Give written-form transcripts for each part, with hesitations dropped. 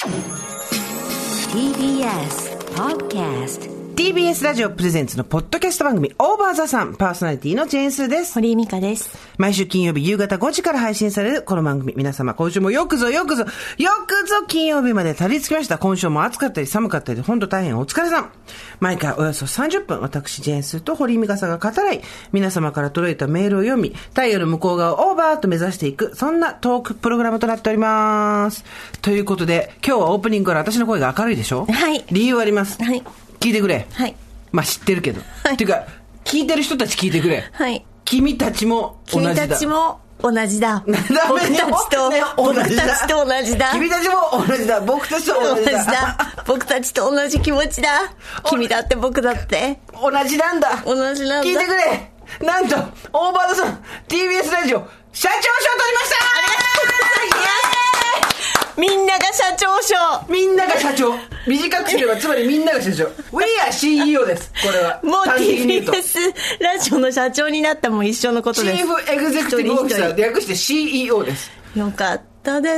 TBS Podcast TBS ラジオプレゼンツのポッドキャスト番組オーバーザさん、パーソナリティのジェーンスーです。 堀井美香です。 毎週金曜日夕方5時から配信されるこの番組、皆様今週もよくぞ金曜日までたどり着きました。今週も暑かったり寒かったり本当大変お疲れさん。毎回およそ30分、私ジェーンスーと堀井美香さんが語らい、皆様から届いたメールを読み、太陽の向こう側をオーバーと目指していく、そんなトークプログラムとなっております。ということで、今日はオープニングから私の声が明るいでしょ。 はい。 理由あります。 はい。 聞いてくれ。 はい。 まあ知ってるけど。 はい。 っていうか、聞いてる人たち聞いてくれ。 はい。 君たちも同じだ。 君たちも同じだ。 僕たちと同じだ。 君たちも同じだ。僕たちと同じだ。 僕たちと同じ気持ちだ。君だって僕だって。 同じなんだ。 同じなんだ。 聞いてくれ。なんと、オーバードさん、TBS ラジオ、社長賞取りました。 ありがとうございます。みんなが社長賞。 みんなが社長。短くすればつまりみんなが社長。We are CEO です。これは。 もう TBS ラジオの社長になったもん一緒のことです。 チーフエグゼクティブオフィサー、略して CEO です。 よかったです。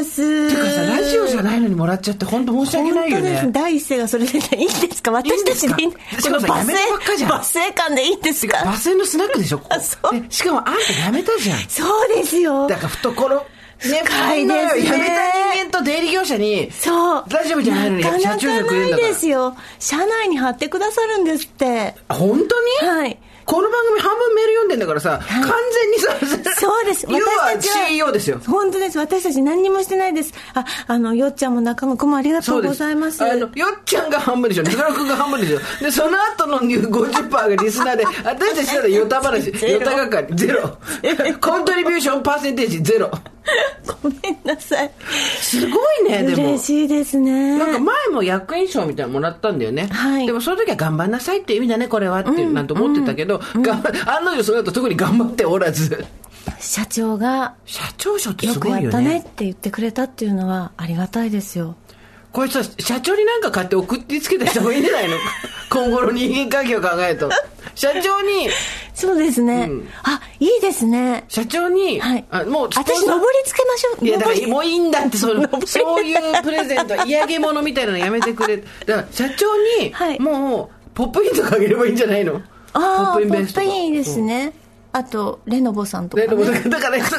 てかさ、ラジオじゃないのにもらっちゃって本当申し訳ないよね。 本当です。第一声がそれでいいんですか。私たちでいいんですか。この罵声感でいいんですか。 罵声のスナックでしょ。 あ、そう。 しかもあんたやめたじゃん。 そうですよ。 だから懐深いですね。 辞めた人間と出入り業者に、 そう。 ラジオじゃないのに社長賞くれるんだから。 ないですよ。社内に貼ってくださるんですって。 本当に？ はい。 この番組半分メール読んでんだからさ、完全にさ、 そうです。 私たちは CEO ですよ。 本当です。私たち何にもしてないです。よっちゃんも中野くんもありがとうございます。 よっちゃんが半分でしょ。中野くんが半分でしょ。で、その後の 50% がリスナーで、私たちからヨタ話、ヨタ係、ゼロ。コントリビューションパーセンテージゼロ。 ごめんなさい。 すごいね。でも嬉しいですね。 なんか前も役員賞みたいなのもらったんだよね。 はい。 でもその時は頑張んなさいって意味だねこれはってなんて思ってたけど、案の定その後特に頑張っておらず、 社長が社長賞ってすごいよね。 よくやったねって言ってくれたっていうのはありがたいですよ。 これさ、社長になんか買って送ってつけた人もいいんじゃないの今後の人間関係を考えると社長に。 そうですね、いいですね。 社長に、 はい、 もう私上りつけましょう。 いやだからもういいんだってそういうプレゼント嫌げ物みたいなのやめてくれ。だから社長に、はい、もうポップインとかあげればいいんじゃないの。 ポップインベースとか。ポップインですね。あとレノボさんとか、ね、 レノボだからさ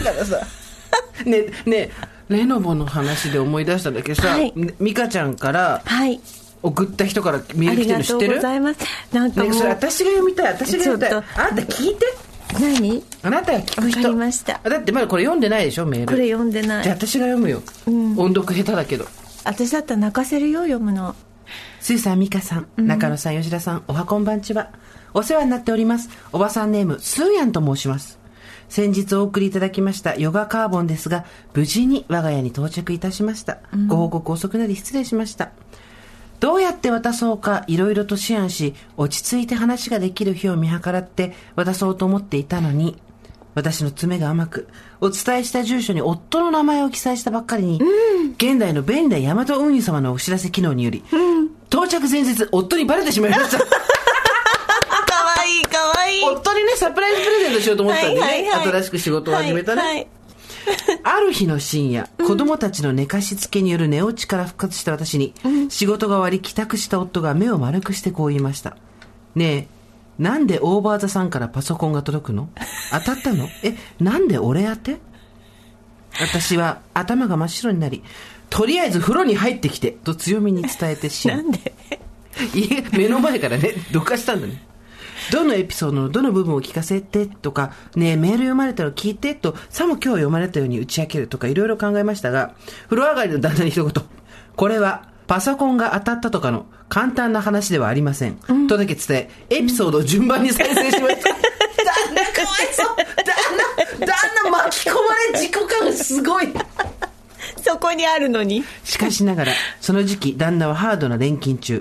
ねレノボの話で思い出したんだけどさ、はい、美香ちゃんから、はい、送った人からメール来てるの知ってる？ありがとうございます。なんかもう、ね、それ私が読みたい。あんた聞いて。 何？ あなたが聞く人。 わかりました。 だってまだこれ読んでないでしょメール。 これ読んでない。 じゃあ私が読むよ、音読下手だけど。 私だったら泣かせるよ読むの。 スーさん、美香さん、中野さん、吉田さん、おはこんばんちは。お世話になっております。おばさんネームスーヤンと申します。先日お送りいただきましたヨガカーボンですが、無事に我が家に到着いたしました。ご報告遅くなり失礼しました。どうやって渡そうかいろいろと思案し、落ち着いて話ができる日を見計らって渡そうと思っていたのに、私の爪が甘く、お伝えした住所に夫の名前を記載したばっかりに、現代の便利な大和運輸様のお知らせ機能により、到着前日夫にバレてしまいました。 かわいい。 夫にねサプライズプレゼントしようと思ったんでね、新しく仕事を始めたね、ある日の深夜、子供たちの寝かしつけによる寝落ちから復活した私に、仕事が終わり帰宅した夫が目を丸くしてこう言いました。ねえ、なんでオーバーザさんからパソコンが届くの？当たったの？なんで俺宛て？私は頭が真っ白になり、とりあえず風呂に入ってきてと強めに伝えてしまう。 なんで？ 目の前からねどかしたんだね。どのエピソードのどの部分を聞かせてとか、ねえメール読まれたの聞いてと、さも今日読まれたように打ち明けるとかいろいろ考えましたが、風呂上がりの旦那に一言、これはパソコンが当たったとかの簡単な話ではありません、とだけ伝え、エピソードを順番に再生しました。旦那かわいそう。旦那巻き込まれ自己感がすごい。 そこにあるのに。 しかしながらその時期旦那はハードな錬金中、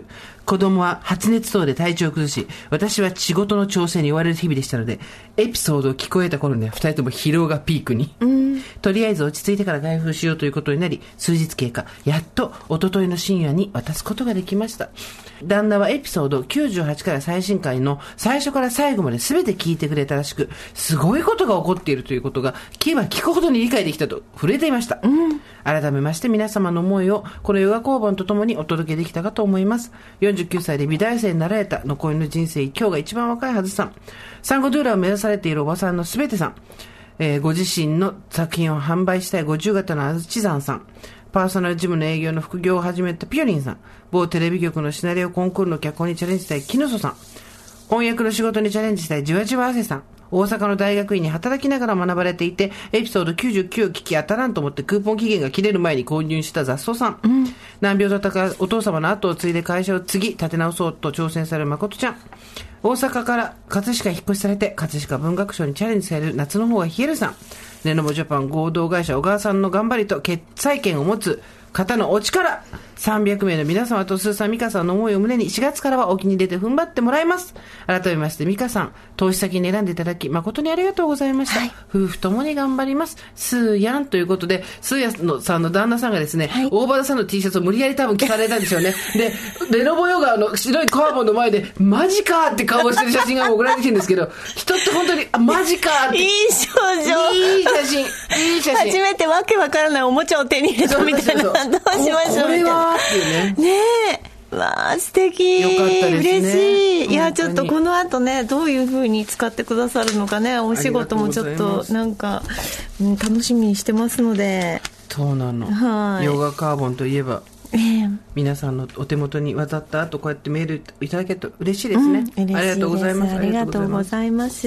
子供は発熱等で体調を崩し、私は仕事の調整に追われる日々でしたので、エピソードを聞こえた頃には2人とも疲労がピークに。とりあえず落ち着いてから開封しようということになり、数日経過、やっと一昨日の深夜に渡すことができました。旦那はエピソード98から最新回の最初から最後まで全て聞いてくれたらしく、すごいことが起こっているということが聞けば聞くほどに理解できたと震えていました。改めまして皆様の思いをこのヨガ工房とともにお届けできたかと思います。49歳で美大生になられた残りの人生、今日が一番若いはずさん。サンゴドゥーラを目指されているおばさんのすべてさん。ご自身の作品を販売したい50型のあずちざんさん。パーソナルジムの営業の副業を始めたピヨリンさん。某テレビ局のシナリオコンクールの脚本にチャレンジしたいキノソさん。翻訳の仕事にチャレンジしたいじわじわ汗さん。大阪の大学院に働きながら学ばれていて、エピソード99を聞き当たらんと思ってクーポン期限が切れる前に購入した雑草さん。難病だったかお父様の後を継いで会社を継ぎ立て直そうと挑戦される誠ちゃん。大阪から葛飾引っ越しされて葛飾文学賞にチャレンジされる夏の方が冷えるさん。レノボジャパン合同会社小川さんの頑張りと決裁権を持つ方のお力、300名の皆様とスーさん、ミカさんの思いを胸に4月からは沖に出て踏ん張ってもらいます。改めましてミカさん、投資先に選んでいただき誠にありがとうございました。夫婦ともに頑張ります。スーヤンということで、スーヤンさんの旦那さんがですね、大場田さんの T シャツを無理やり多分着されたんでしょうね。で、レノボヨガの白いカーボンの前でマジかって顔をしてる写真が送られてきてるんですけど、人って本当にマジかって。 いい少女。 いい写真。いい写真。 初めてわけわからないおもちゃを手に入れたみたいな。どうしましょう。 これはっていうね。 ねえ。わあ、素敵。 よかったですね。 嬉しい。いや、ちょっとこの後ね、どういう風に使ってくださるのかね、お仕事もちょっとなんか、楽しみにしてますので。 そうなの。 はい。 ヨガカーボンといえば、皆さんのお手元に渡った後こうやってメールいただけると嬉しいですね。 嬉しいです。 ありがとうございます。 ありがとうございます。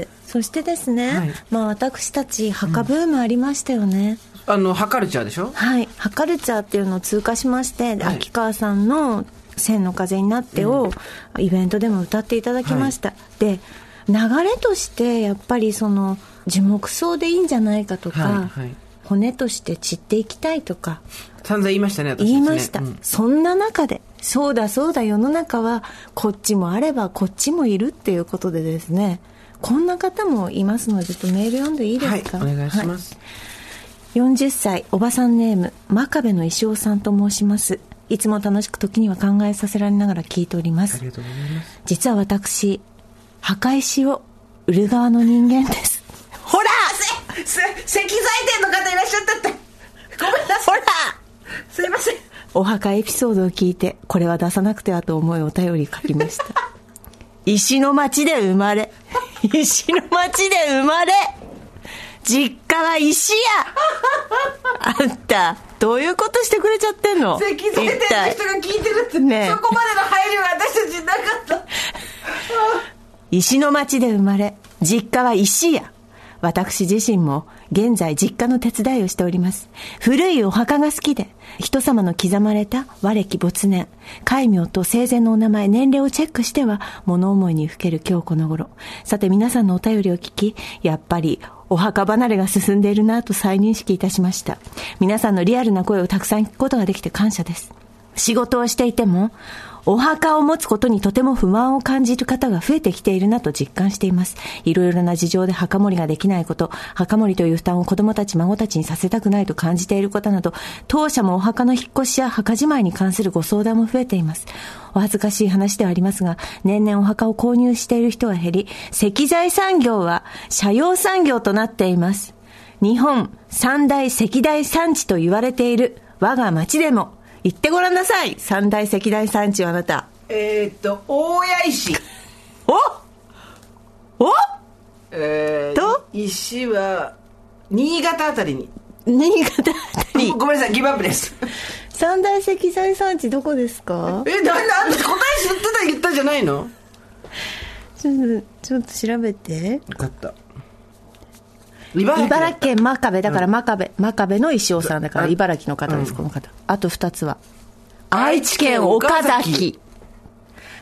そしてですね、私たち墓ブームありましたよね。 ハカルチャーでしょ。 はい、ハカルチャーっていうのを通過しまして、秋川さんの千の風になってをイベントでも歌っていただきました。で、流れとしてやっぱりその樹木葬でいいんじゃないかとか、骨として散っていきたいとか散々言いましたね。私ですね。 言いました。そんな中でそうだそうだ、世の中はこっちもあればこっちもいるっていうことでですね、こんな方もいますのでちょっとメール読んでいいですか。 お願いします。 40歳おばさんネーム真壁の石尾さんと申します。いつも楽しく時には考えさせられながら聞いております。 ありがとうございます。 実は私墓石を売る側の人間です。ほら石材店の方いらっしゃったって。ごめんなさい。 ほらすいません。 お墓エピソードを聞いてこれは出さなくてはと思いお便り書きました石の町で生まれ石の町で生まれ実家は石屋あんたどういうことしてくれちゃってんの。 石材店の人が聞いてるって、ね、そこまでの配慮が私たちになかった石の町で生まれ実家は石屋。私自身も現在実家の手伝いをしております。古いお墓が好きで人様の刻まれた和暦没年戒名と生前のお名前年齢をチェックしては物思いにふける今日この頃。さて皆さんのお便りを聞き、やっぱりお墓離れが進んでいるなと再認識いたしました。皆さんのリアルな声をたくさん聞くことができて感謝です。仕事をしていてもお墓を持つことにとても不満を感じる方が増えてきているなと実感しています。いろいろな事情で墓守りができないこと、墓守りという負担を子供たち孫たちにさせたくないと感じていることなど、当社もお墓の引っ越しや墓じまいに関するご相談も増えています。お恥ずかしい話ではありますが、年々お墓を購入している人は減り、石材産業は斜陽産業となっています。日本三大石材産地と言われている我が町でも言ってごらんなさい。三大石材産地はあなた。 大谷石。石は新潟あたりに。 新潟あたり。 ごめんなさい、ギブアップです。 三大石材産地どこですか。 なんで答え知ってた言ったじゃないの。 ちょっと調べて。 分かった。 茨城県真壁だから真壁の石尾さんだから茨城の方です、この方。あと2つは愛知県岡崎。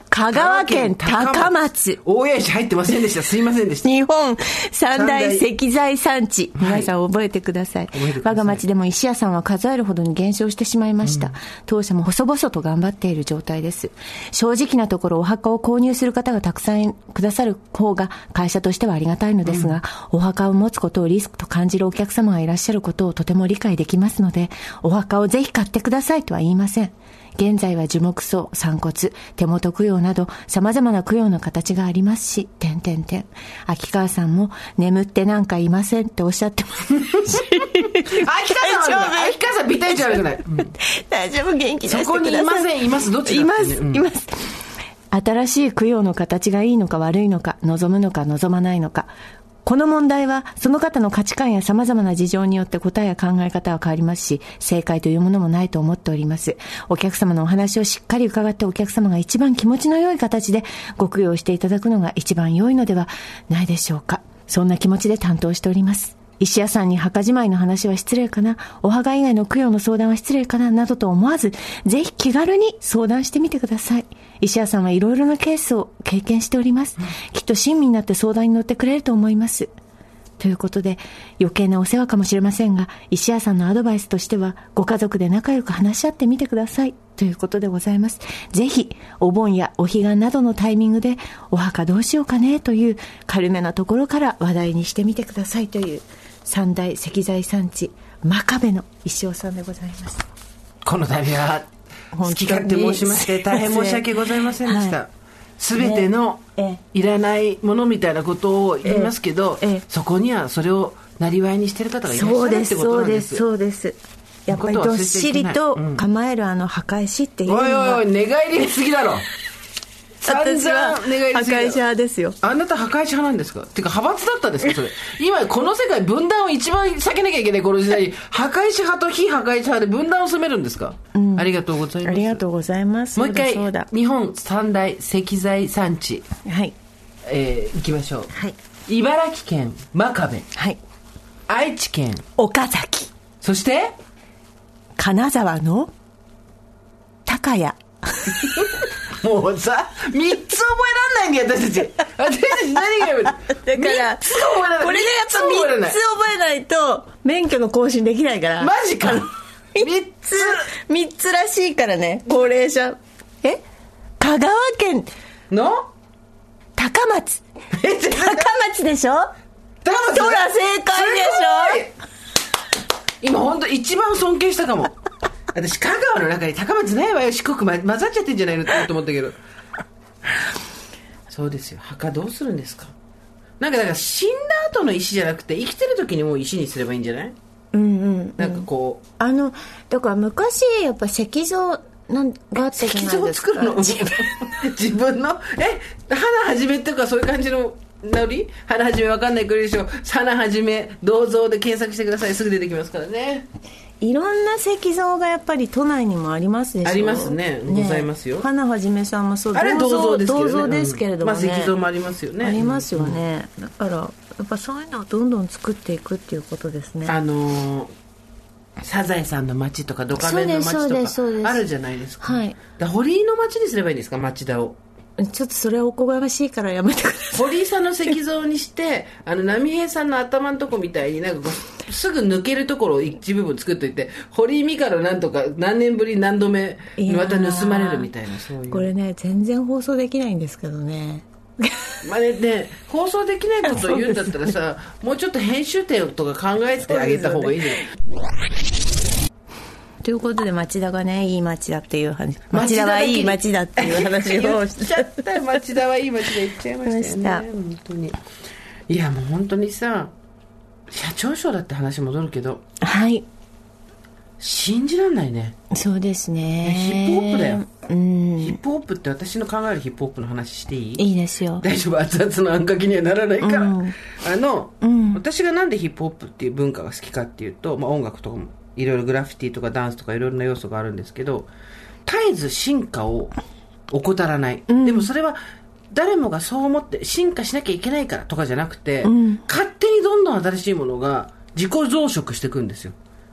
香川県高松。 大谷石入ってませんでした。すいませんでした。 日本三大石材産地。皆さん覚えてください。我が町でも石屋さんは数えるほどに減少してしまいました。当社も細々と頑張っている状態です。正直なところお墓を購入する方がたくさんくださる方が会社としてはありがたいのですが、お墓を持つことをリスクと感じるお客様がいらっしゃることをとても理解できますので、お墓をぜひ買ってくださいとは言いません。現在は樹木葬、散骨、手元供養など様々な供養の形がありますし、秋川さんも眠ってなんかいませんっておっしゃってますし。 秋川さんビタイチ悪くない。 大丈夫、元気出してください。 そこにいません、います、どっちだってね。 います。新しい供養の形がいいのか悪いのか、望むのか望まないのか。この問題はその方の価値観や様々な事情によって答えや考え方は変わりますし、正解というものもないと思っております。お客様のお話をしっかり伺ってお客様が一番気持ちの良い形でご供養していただくのが一番良いのではないでしょうか。そんな気持ちで担当しております。石屋さんに墓じまいの話は失礼かな、お墓以外の供養の相談は失礼かななどと思わず、ぜひ気軽に相談してみてください。石屋さんはいろいろなケースを経験しております。きっと親身になって相談に乗ってくれると思います。ということで、余計なお世話かもしれませんが、石屋さんのアドバイスとしては、ご家族で仲良く話し合ってみてくださいということでございます。ぜひお盆やお彼岸などのタイミングでお墓どうしようかねという軽めなところから話題にしてみてくださいという、三大石材産地真壁の石尾さんでございます。 この度は好き勝手申しまして大変申し訳ございませんでした。すべてのいらないものみたいなことを言いますけど、そこにはそれをなりわいにしてる方がいらっしゃるってことなんです。 そうです。やっぱりどっしりと構える墓石っていうのは、 おい寝返りすぎだろ。 私は墓石派ですよ。 あなた墓石派なんですか。てか派閥だったんですかそれ。今この世界分断を一番避けなきゃいけないこの時代に墓石派と非墓石派で分断を進めるんですか。ありがとうございます。 ありがとうございます。 もう一回日本三大石材産地、 はい、 行きましょう。 はい、 茨城県真壁、 はい、 愛知県岡崎、そして金沢の高谷。 もうさ、3つ覚えらんないんだよ、私たち何がやめる。だから 3つ覚えらない。これでやっぱ3つ覚えないと免許の更新できないから。 マジか。 3つらしいからね、高齢者。香川県の高松。高松でしょ。 高松。 ほら正解でしょ。 今本当一番尊敬したかも。私香川の中に高松ないわよ、四国混ざっちゃってんじゃないのって思ったけど。そうですよ。墓どうするんですか。なんかだから死んだ後の石じゃなくて生きてる時にもう石にすればいいんじゃない。なんかこうだから昔やっぱ石像があったじゃないですか。 石像作るの自分の花はじめとかそういう感じのノリ。花はじめわかんないくらいでしょ。花はじめ銅像で検索してください。すぐ出てきますからね。 いろんな石像がやっぱり都内にもありますでしょ。 ありますね。ございますよ。 花はじめさんもそう。 あれ銅像ですけれどもね。 石像もありますよね。 ありますよね。だからやっぱそういうのをどんどん作っていくっていうことですね。 サザエさんの町とかドカベンの町とかあるじゃないですか。 はい。 堀井の町にすればいいんですか、町田を。 ちょっとそれはおこがましいからやめてください。 堀井さんの石像にして波平さんの頭のとこみたいになんかこうすぐ抜けるところを一部分作っといて、堀井美香のなんとか何年ぶり何度目にまた盗まれるみたいな、そういう。 これね全然放送できないんですけどね。 まあね、放送できないことを言うんだったらさ、もうちょっと編集点とか考えてあげた方がいいじゃない。 ということで町田がねいい町だっていう話、町田はいい町だっていう話をしちゃったよ。町田はいい町で言っちゃいましたよね。本当に。いやもう本当にさ、社長賞だって話戻るけど、 はい、 信じらんないね。 そうですね。 ヒップホップだよ。ヒップホップって私の考えるヒップホップの話していい？ いいですよ。 大丈夫、熱々のあんかけにはならないから、私がなんでヒップホップっていう文化が好きかっていうと、音楽とかもいろいろグラフィティとかダンスとかいろいろな要素があるんですけど、絶えず進化を怠らない、でもそれは誰もがそう思って進化しなきゃいけないからとかじゃなくて、勝手にどんどん新しいものが自己増殖していくんですよ。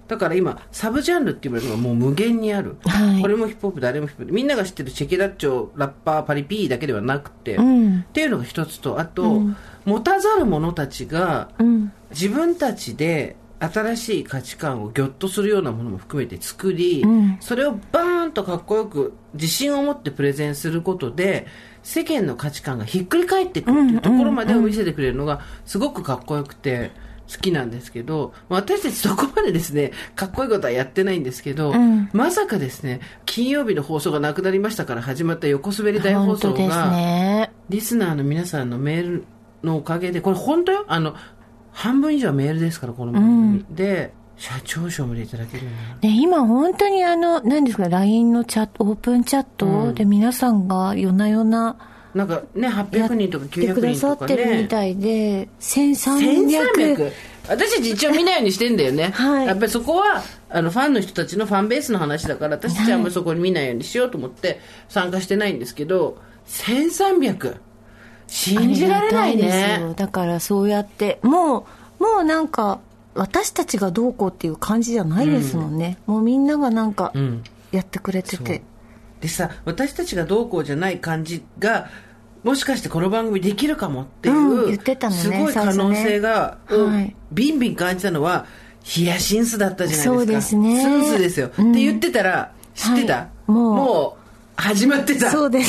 だから今サブジャンルっていうのがもう無限にある、 はい、 これもヒップホップであれもヒップホップで、みんなが知ってるチェケラッチョラッパーパリピーだけではなくて、っていうのが一つと、あと、持たざる者たちが、自分たちで新しい価値観をギョッとするようなものも含めて作り、それをバーンとかっこよく自信を持ってプレゼンすることで世間の価値観がひっくり返っていくっていうところまでを見せてくれるのがすごくかっこよくて好きなんですけど、私たちそこまでですねかっこいいことはやってないんですけど、まさかですね金曜日の放送がなくなりましたから始まった横滑り大放送が、ね、リスナーの皆さんのメールのおかげで、これ本当よ、半分以上はメールですから、この番組、で社長賞までいただけるようね、今本当に何ですか、 LINE のチャット、オープンチャットで皆さんが夜な夜ななんかね、800人とか900人とかねくださってるみたいで、1300 私たち一応見ないようにしてんだよね、 はい、 やっぱりそこはファンの人たちのファンベースの話だから、私たちはあんまりそこに見ないようにしようと思って参加してないんですけど、1300信じられないね。ありがたいですよ。 だからそうやってもうなんか私たちがどうこうっていう感じじゃないですもんね、もうみんながなんかやってくれてて、 でさ、私たちがどうこうじゃない感じがもしかしてこの番組できるかもっていう、 言ってたのね、 すごい可能性が、ビンビン感じたのはヒヤシンスだったじゃないですか。 そうですね、 スンスですよ、って言ってたら知ってた、もう始まってた。 そうです。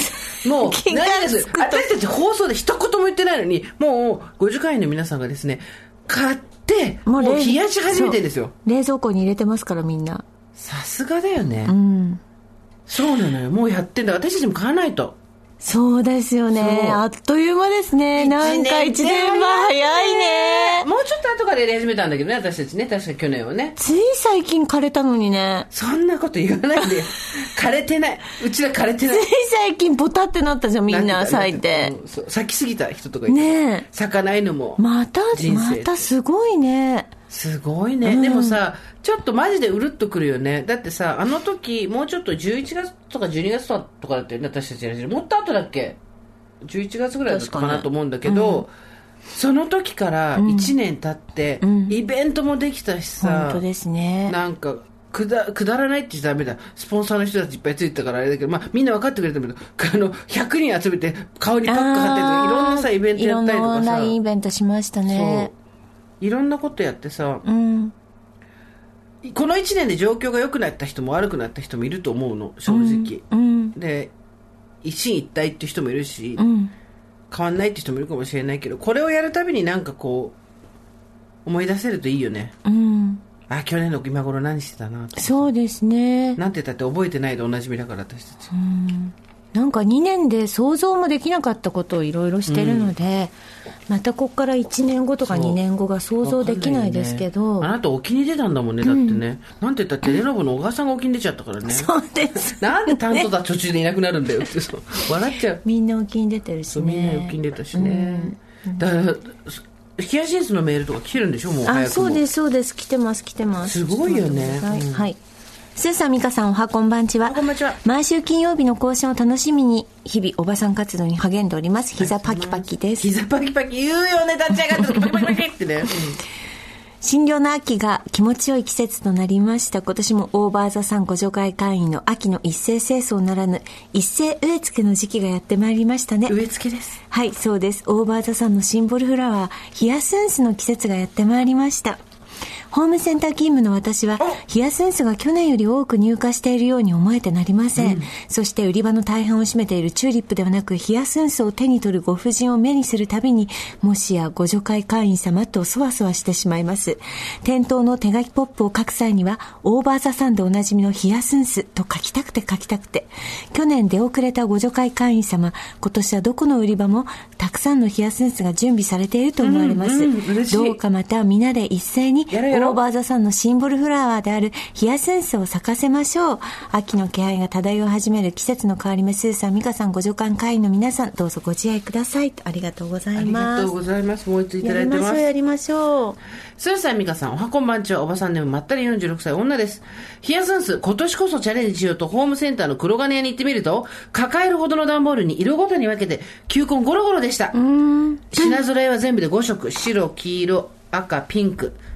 もう何です。私たち放送で一言も言ってないのに、もう50回の皆さんがですね買ってもう冷やし始めてるんですよ。 冷蔵庫に入れてますから、みんな。 さすがだよね、そうなのよ、もうやってんだ。私たちも買わないと。 そうですよね、あっという間ですね。なんか1年前早いね。 もうちょっと後からやり始めたんだけどね、私たちね。確か去年はね、 つい最近枯れたのにね。 そんなこと言わないでよ枯れてない、うちら枯れてない。 つい最近ボタってなったじゃん、みんな咲いて。 咲きすぎた人とかいてね、 咲かないのもまたすごいね。 すごいね、でもさ、ちょっとマジでうるっとくるよね。だってさ、あの時もうちょっと11月とか12月とかだったよね、私たちやる。もっと後だっけ、11月ぐらいだったかなと思うんだけど、その時から1年経って、イベントもできたしさ、 本当ですね。 なんかくだらないって言っちゃダメだ、スポンサーの人たちいっぱいついてたからあれだけど、みんな分かってくれたんだけど、100人集めて顔にパック貼っていろんなさイベントやったりとかさ、いろんなオンラインイベントしましたね。 いろんなことやってさ、この1年で状況が良くなった人も悪くなった人もいると思うの、正直、で一進一退って人もいるし、変わんないって人もいるかもしれないけど、これをやるたびになんかこう思い出せるといいよね。去年の今頃何してたなと。そうですね。なんて言ったって覚えてないでおなじみだから、私たち。 なんか2年で想像もできなかったことをいろいろしてるので、またここから1年後とか2年後が想像できないですけど、 あなた沖に出たんだもんね、だってね、なんて言ったってレノボの小川さんが沖に出ちゃったからね。 そうです、 なんで担当だ途中でいなくなるんだよって笑っちゃう。 みんな沖に出てるしね。 みんな沖に出たしね、だからヒヤシンスのメールとか来てるんでしょ、もう早くも。 そうですそうです、来てます。 すごいよね。 はい、スーさん、ミカさん、おはこんばんちは。 こんばんちは。 毎週金曜日の更新を楽しみに日々おばさん活動に励んでおります。膝パキパキです。 膝パキパキ言うよね、立ち上がってパキパキパキってね、 新緑の秋が気持ちよい季節となりました。今年もオーバーザさんご助会会員の秋の一斉清掃ならぬ一斉植え付けの時期がやってまいりましたね。 植え付けです。 はい、そうです。オーバーザさんのシンボルフラワーヒヤスンスの季節がやってまいりました。ホームセンター勤務の私はヒヤスンスが去年より多く入荷しているように思えてなりません、そして売り場の大半を占めているチューリップではなくヒヤスンスを手に取るご婦人を目にするたびに、もしやご助会会員様とそわそわしてしまいます。店頭の手書きポップを書く際にはオーバーザさんでおなじみのヒヤスンスと書きたくて去年出遅れたご助会会員様、今年はどこの売り場もたくさんのヒヤスンスが準備されていると思われます、どうかまた皆で一斉にオーバーザさんのシンボルフラワーであるヒヤスンスを咲かせましょう。秋の気配が漂い始める季節の変わり目、スーさん、ミカさん、ご助会会員の皆さん、どうぞご自愛ください。ありがとうございます。 ありがとうございます。もう一ついただいてます。 やりましょう。 スーさん、ミカさん、おはこんばんちは。おばさんネームまったり46歳女です。ヒヤスンス、今年こそチャレンジしようとホームセンターの黒金屋に行ってみると、抱えるほどの段ボールに色ごとに分けて球根ゴロゴロでした。品揃えは全部で5色、白、黄色、赤、ピンク、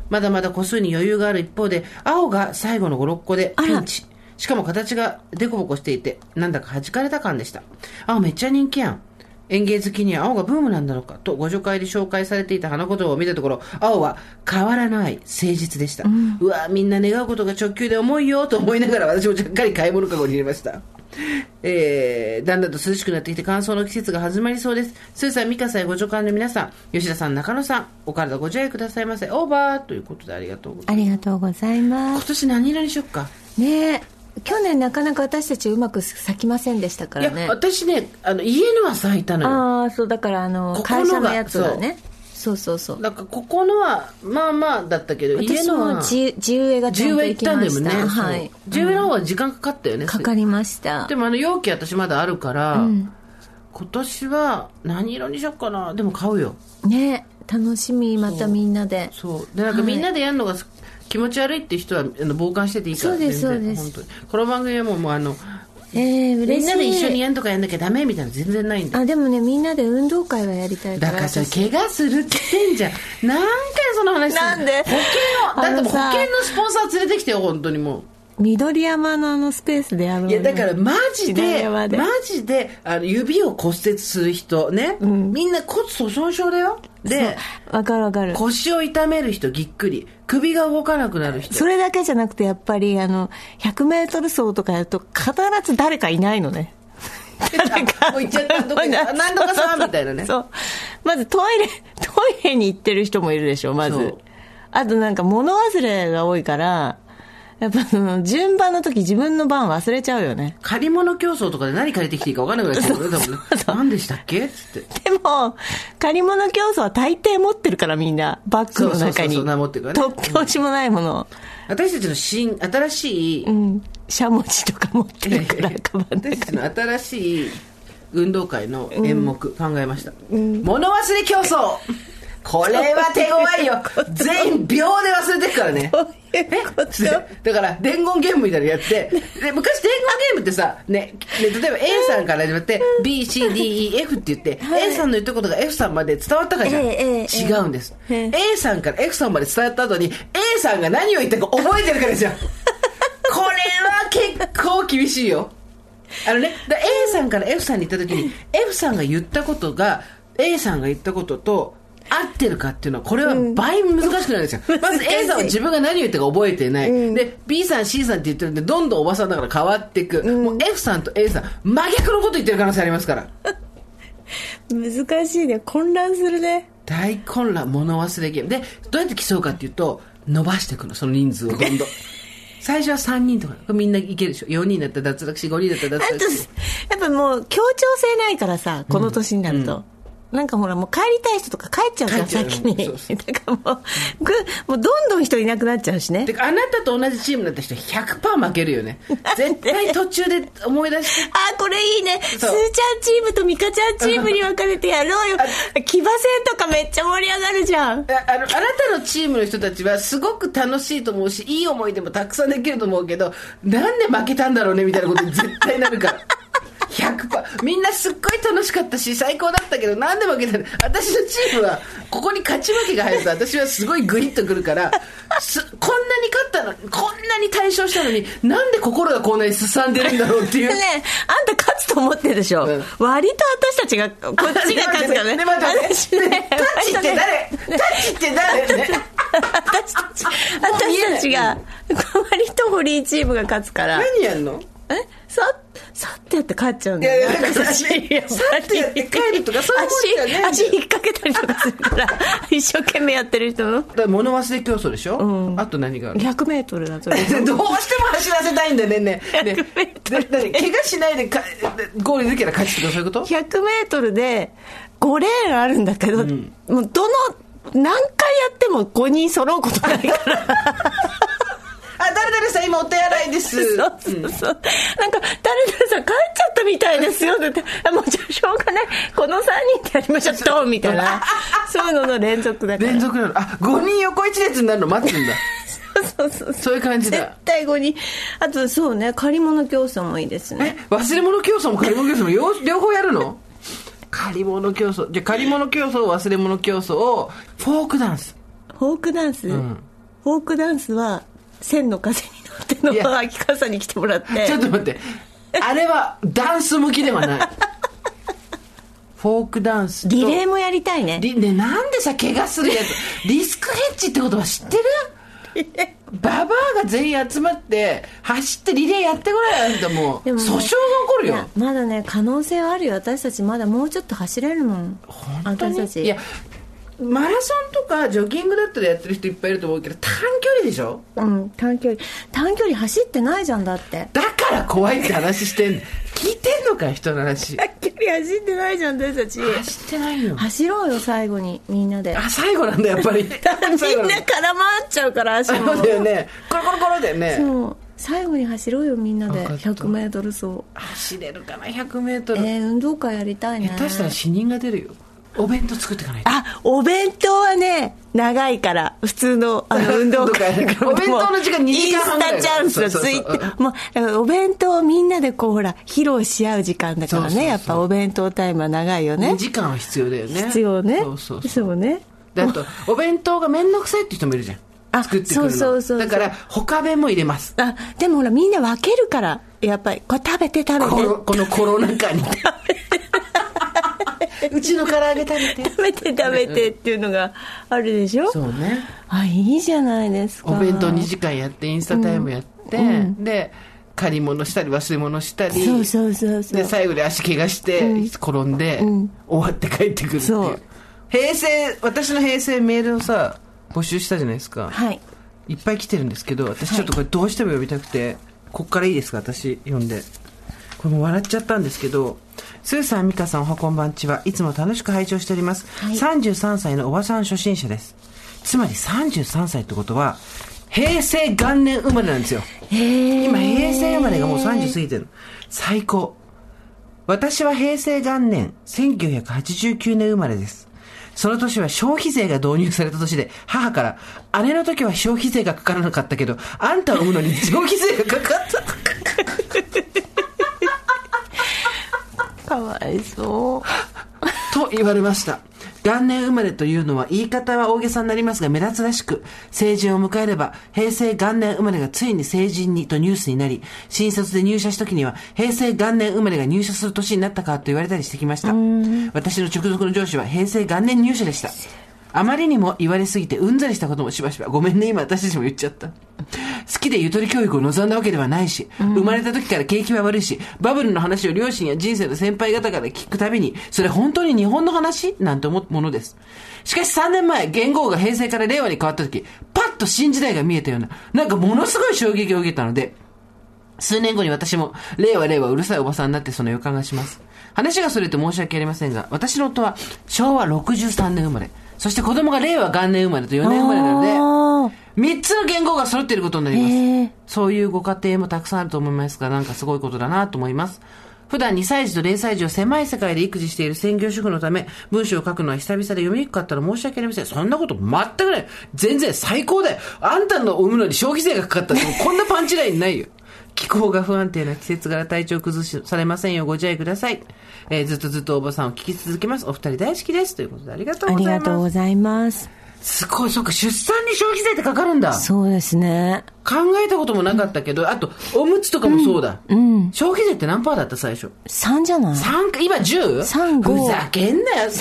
まだまだ個数に余裕がある一方で、青が最後の5、6個でピンチ。しかも形がデコボコしていて、なんだか弾かれた感でした。青めっちゃ人気やん。園芸好きには青がブームなんだろうかとご助会で紹介されていた花言葉を見たところ、青は変わらない誠実でした。うわみんな願うことが直球で重いよと思いながら私もちゃっかり買い物かごに入れました。だんだんと涼しくなってきて乾燥の季節が始まりそうです。スーさん、ミカさん、ご助会の皆さん、吉田さん、中野さん、お体ご自愛くださいませ。オーバーということでありがとうございます。 ありがとうございます。 今年何色にしよっかねえ、去年なかなか私たちうまく咲きませんでしたからね。 いや私ね、家のは咲いたのよ。 ああ、そう、だから会社のやつはね、そうだからここのはまあまあだったけど、家のは地植えがちゃんと行きました。 地植え行ったんだよね、はい、地植えの方は時間かかったよね、 かかりました。 でも容器私まだあるから、今年は何色にしよっかな。でも買うよね。楽しみ。またみんなで、 そうで、なんかみんなでやるのが気持ち悪いっていう人は傍観してていいから。 そうですそうです。 本当にこの番組はもう嬉しい。 みんなで一緒にやんとかやんなきゃダメみたいな全然ないんだ。 でもね、みんなで運動会はやりたいから。 だからさ、怪我するって言ってんじゃん。何回その話する。 なんで保険の、だって保険のスポンサー連れてきてよ、本当にもう。 緑山のスペースでやるの、ね、 いやだからマジで指を骨折する人ね、みんな骨粗鬆症だよ。で、 わかるわかる。 腰を痛める人、ぎっくり首が動かなくなる人。 それだけじゃなくて、やっぱり100メートル走とかやると必ず誰かいないのね。 誰かもう行っちゃった時何とかさみたいなね。 そう、まずトイレに行ってる人もいるでしょ、まず。あとなんか物忘れが多いから、やっぱ順番の時自分の番忘れちゃうよね。 借り物競争とかで何借りてきていいか分からなくなっちゃうよね、多分ね。何でしたっけつって。 でも借り物競争は大抵持ってるから、みんなバッグの中に突拍子もないもの、 私たちの新しい、 しゃもじとか持ってるからカバンの中に。 私たちの新しい運動会の演目、考えました、物忘れ競争。これは手強いよ。全員秒で忘れてるからね。だから伝言ゲームみたいなのやって、で昔伝言ゲームってさ、ね、例えば A さんから始まって BCDEF って言って、A さんの言ったことが F さんまで伝わったかじゃん、違うんです。A さんから F さんまで伝わった後に A さんが何を言ったか覚えてるからじゃん。これは結構厳しいよ。だ A さんから F さんに言った時に F さんが言ったことが A さんが言ったことと合ってるかっていうのは、これは倍難しくなるんですよ、まず A さんは自分が何を言ったか覚えてない、で B さん C さんって言ってるんで、どんどんおばさんだから変わっていく、もう F さんと A さん真逆のこと言ってる可能性ありますから。 難しいね、混乱するね。 大混乱、物忘れゲームで、どうやって競うかっていうと、伸ばしていくの、その人数をどんどん。最初は3人とかみんないけるでしょ。4人だったら脱落し、5人だったら脱落し。 やっぱもう協調性ないからさ、この年になると、なんかほらもう帰りたい人とか帰っちゃうじゃん、先に。だからもうどんどん人いなくなっちゃうしね。 てかあなたと同じチームだった人 100% 負けるよね。絶対途中で思い出して。 これいいね。すーちゃんチームとミカちゃんチームに分かれてやろうよ。騎馬戦とかめっちゃ盛り上がるじゃん。あなたのチームの人たちはすごく楽しいと思うし、いい思い出もたくさんできると思うけど、なんで負けたんだろうねみたいなことに絶対なるから。100%みんなすっごい楽しかったし最高だったけど、なんで負けたの。私のチームはここに勝ち負けが入ると私はすごいグイッとくるから、こんなに勝ったの、こんなに大勝したのになんで心がこんなにすさんでるんだろうっていうね。あんた勝つと思ってるでしょ、割と私たちがこっちが勝つからね。 待ってタッチって誰、タッチって誰ね。 私たちが割と堀井チームが勝つから。 何やんの。 さってやって帰っちゃうんだよね。 さってやって帰るとかそういうことじゃない。 足引っ掛けたりとかするから一生懸命やってる人の。 物忘れ競争でしょ、あと何がある。 100メートルだと。 どうしても走らせたいんだよね。 100メートルで怪我しないでゴール抜けたら勝ちとかそういうこと。 100メートルで5レーンあるんだけど、もう何回やっても5人揃うことないから誰々さん今お手洗いです。 そうなんか誰々さん帰っちゃったみたいですよって、もうじゃあしょうがない、この3人でやりましょうみたいなそういうのの連続だから。 連続なの。5人横一列になるの待つんだ。そういう感じだ。 絶対5人。あとそうね、借り物競争もいいですね。 忘れ物競争も借り物競争も両方やるの。借り物競争、じゃあ借り物競争、忘れ物競争をフォークダンス。 フォークダンス、 フォークダンスは千の風に乗っての秋笠に来てもらってちょっと待ってあれはダンス向きではないフォークダンスとリレーもやりたいね。 ね、なんでさ怪我するやつリスクヘッジってことは知ってるババアが全員集まって走ってリレーやってこないなんてもう訴訟が起こるよ。 まだね可能性はあるよ。私たちまだもうちょっと走れるもん。 本当に私たちいやマラソンとかジョギングだったらやってる人いっぱいいると思うけど短距離でしょ。 短距離走ってないじゃん。だってだから怖いって話してんの聞いてんのか人の話。 短距離走ってないじゃん私たち。 走ってないよ。 走ろうよ最後にみんなで。 最後なんだやっぱりみんな絡まっちゃうから足もそうだよねコロコロコロだよね。 そう最後に走ろうよみんなで 100m 走。 走れるかな 100m。 運動会やりたいね。 下手したら死人が出るよ。お弁当作っていかないと。 お弁当はね長いから普通の運動会お弁当の時間2時間半ぐらいインスタチャンスついてもうだからお弁当をみんなでこうほら披露し合う時間だからね。やっぱお弁当タイムは長いよね。 2時間は必要だよね。 必要ね。 そうね。 であとお弁当がめんどくさいって人もいるじゃん。作ってくるの。そうだから他弁も入れます。 でもほらみんな分けるからやっぱりこれ食べてこのコロナ禍にうちの唐揚げ食べてっていうのがあるでしょ。 そうね。 いいじゃないですか。 お弁当2時間やってインスタタイムやって、で借り物したり忘れ物したりそうで最後で足怪我して、転んで、終わって帰ってくるっていう。私の平成メールをさ募集したじゃないですか。 はいいっぱい来てるんですけど私ちょっとこれどうしても呼びたくて、こっからいいですか私読んで。これも笑っちゃったんですけど、スーさん、ミカさん、おはこんばんちは。いつも楽しく拝聴しております。33歳のおばさん初心者です。つまり33歳ってことは、平成元年生まれなんですよ。今、平成生まれがもう30過ぎてるの。最高。私は平成元年、1989年生まれです。その年は消費税が導入された年で、母から、姉の時は消費税がかからなかったけど、あんたを産むのに消費税がかかった。 かわいそうと言われました。元年生まれというのは言い方は大げさになりますが目立つらしく、成人を迎えれば平成元年生まれがついに成人にとニュースになり、新卒で入社した時には平成元年生まれが入社する年になったかと言われたりしてきました。私の直属の上司は平成元年入社でした。あまりにも言われすぎてうんざりしたこともしばしば。ごめんね、今私たちも言っちゃった。好きでゆとり教育を望んだわけではないし、生まれた時から景気は悪いし、バブルの話を両親や人生の先輩方から聞くたびに、それ本当に日本の話なんて思うものです。しかし3年前、元号が平成から令和に変わった時、パッと新時代が見えたような、なんかものすごい衝撃を受けたので、数年後に私も令和うるさいおばさんになってその予感がします。話がそれて申し訳ありませんが、私の夫は昭和63年生まれ、そして子供が令和元年生まれと4年生まれなので、3つの元号が揃っていることになります。そういうご家庭もたくさんあると思いますが、なんかすごいことだなと思います。普段2歳児と0歳児を狭い世界で育児している専業主婦のため、文章を書くのは久々で読みにくかったら申し訳ありません。そんなこと全くない。全然最高だよ。あんたの産むのに消費税がかかったってこんなパンチラインないよ。気候が不安定な季節柄体調崩されませんようご自愛ください。ずっとおばさんを聞き続けます。お二人大好きですということでありがとうございます。 ありがとうございます。 すごい、そっか、出産に消費税ってかかるんだ。 そうですね。 考えたこともなかったけど、あとおむつとかもそうだ、消費税って何パーだった最初。 3じゃない。 3今 10？ 5。 ふざけんなよ。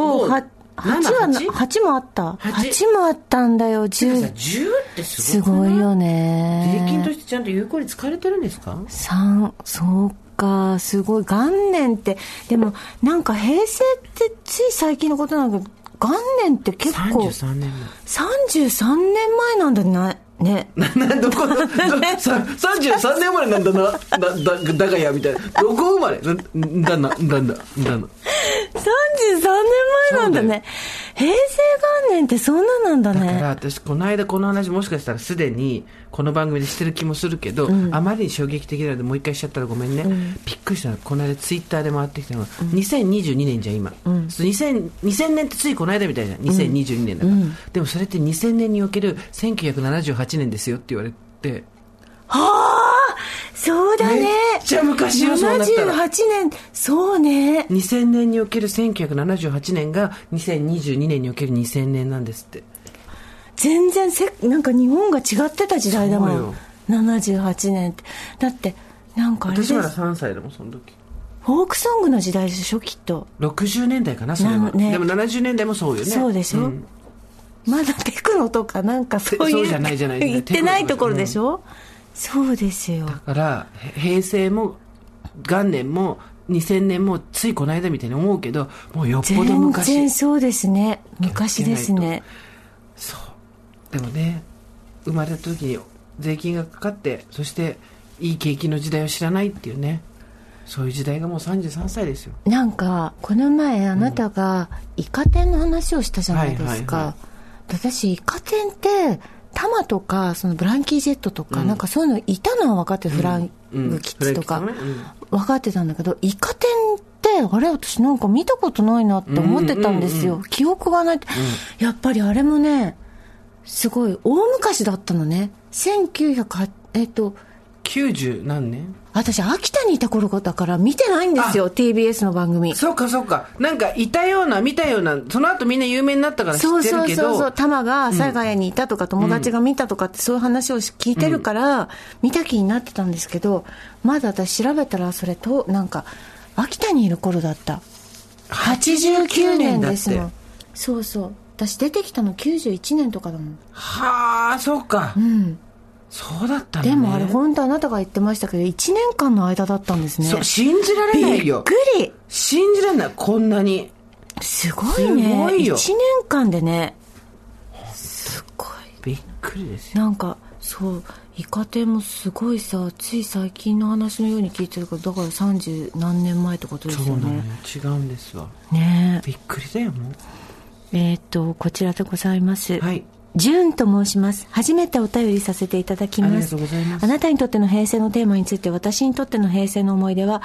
3、5、8もあった。8もあったんだよ。10 ってすごいよね。 税金としてちゃんと有効に使われてるんですか。 3、そうか、すごい。元年って、でもなんか平成ってつい最近のことなんだけど、元年って結構 33年前なんだね。 どこ33年生まれなんだな。だがやみたいな。どこ生まれだな。33年前なんだね。平成元年ってそんななんだね。 だから私この間この話もしかしたらすでにこの番組でしてる気もするけど、あまりに衝撃的なのでもう一回しちゃったらごめんね。びっくりしたのこの間ツイッターで回ってきたのが、2022年じゃん今、2000年ってついこの間みたいじゃん。2022年だから、でもそれって2000年における1978年ですよって言われて、 はあ、そうだね。 めっちゃ昔よ。そうなったら 78年、そうね。 2000年における1978年が2022年における2000年なんですって。 全然なんか日本が違ってた時代だもそうんよ。 78年ってだってなんかあれです。 私まだ3歳だもんその時。 フォークソングの時代でしょきっと。 60年代かなそれは、 ね、 でも70年代もそうよね。 そうでしょ、まだテクノとかなんかそういうそうじゃないじゃない言ってないところでしょ、そうですよ。 だから平成も元年も2000年もついこの間みたいに思うけど、もうよっぽど昔。 全然そうですね、昔ですね。 そうでもね、生まれた時に税金がかかって、そしていい景気の時代を知らないっていうね、そういう時代がもう33歳ですよ。 なんかこの前あなたがイカ天の話をしたじゃないですか、私イカ天ってタマとかそのブランキー・ジェットとか、なんかそういうのいたのは分かってる、フラングキッズとか、分かってたんだけど、イカ天ってあれ私なんか見たことないなって思ってたんですよ、記憶がないって、やっぱりあれもねすごい大昔だったのね。 90何年？ 私秋田にいた頃だから見てないんですよ TBS の番組。 そうかそうか、なんかいたような見たような、その後みんな有名になったから知ってるけど、 そうタマが佐賀屋にいたとか、友達が見たとかってそういう話を聞いてるから、見た気になってたんですけど、まだ私調べたらそれとなんか秋田にいる頃だった。89年ですもん。そう私出てきたの91年とかだもん。 はあ、そうか、そうだったね。 でもあれ本当あなたが言ってましたけど1年間の間だったんですね。 そう、信じられないよ。 びっくり。 信じられない、こんなに。 すごいね。 すごいよ。 1年間でね、すごいびっくりですよ。 なんかそうイカ天もすごいさ、つい最近の話のように聞いてるから、だから30何年前ってことですよね。 そうなのよ、違うんですわね。 びっくりだよもう。 こちらでございます。 はい、 ジュンと申します。初めてお便りさせていただきます。 ありがとうございます。 あなたにとっての平成のテーマについて、私にとっての平成の思い出は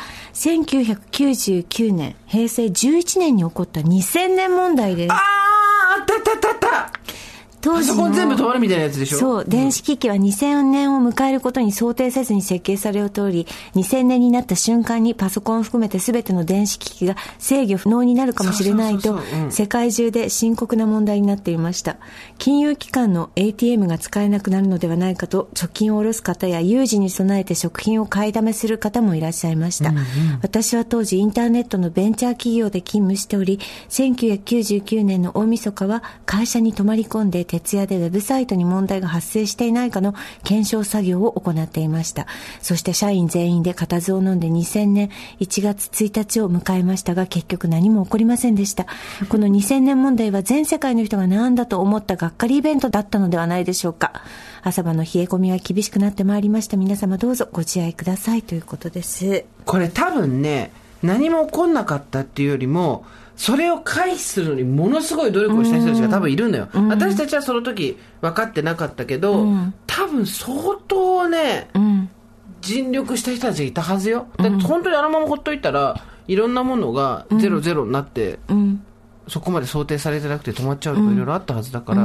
1999年平成11年に起こった2000年問題です。 あった当時のパソコン全部止まるみたいなやつでしょ。 そう、電子機器は2000年を迎えることに想定せずに設計されており、2000年になった瞬間にパソコンを含めて全ての電子機器が制御不能になるかもしれないと、世界中で深刻な問題になっていました。金融機関の ATM が使えなくなるのではないかと貯金を下ろす方や、有事に備えて食品を買いだめする方もいらっしゃいました。私は当時インターネットのベンチャー企業で勤務しており、1999年の大晦日は会社に泊まり込んで徹夜でウェブサイトに問題が発生していないかの検証作業を行っていました。そして社員全員で固唾を飲んで2000年1月1日を迎えましたが、結局何も起こりませんでした。この2000年問題は全世界の人がなんだと思ったがっかりイベントだったのではないでしょうか。朝晩の冷え込みが厳しくなってまいりました。皆様どうぞご自愛くださいということです。 これ多分ね、何も起こんなかったっていうよりも、それを回避するのにものすごい努力をした人たちが多分いるのよ。私たちはその時分かってなかったけど、多分相当ね、尽力した人たちがいたはずよ。だって本当にあのままほっといたら、いろんなものがゼロゼロになって、そこまで想定されてなくて止まっちゃうとかいろいろあったはずだから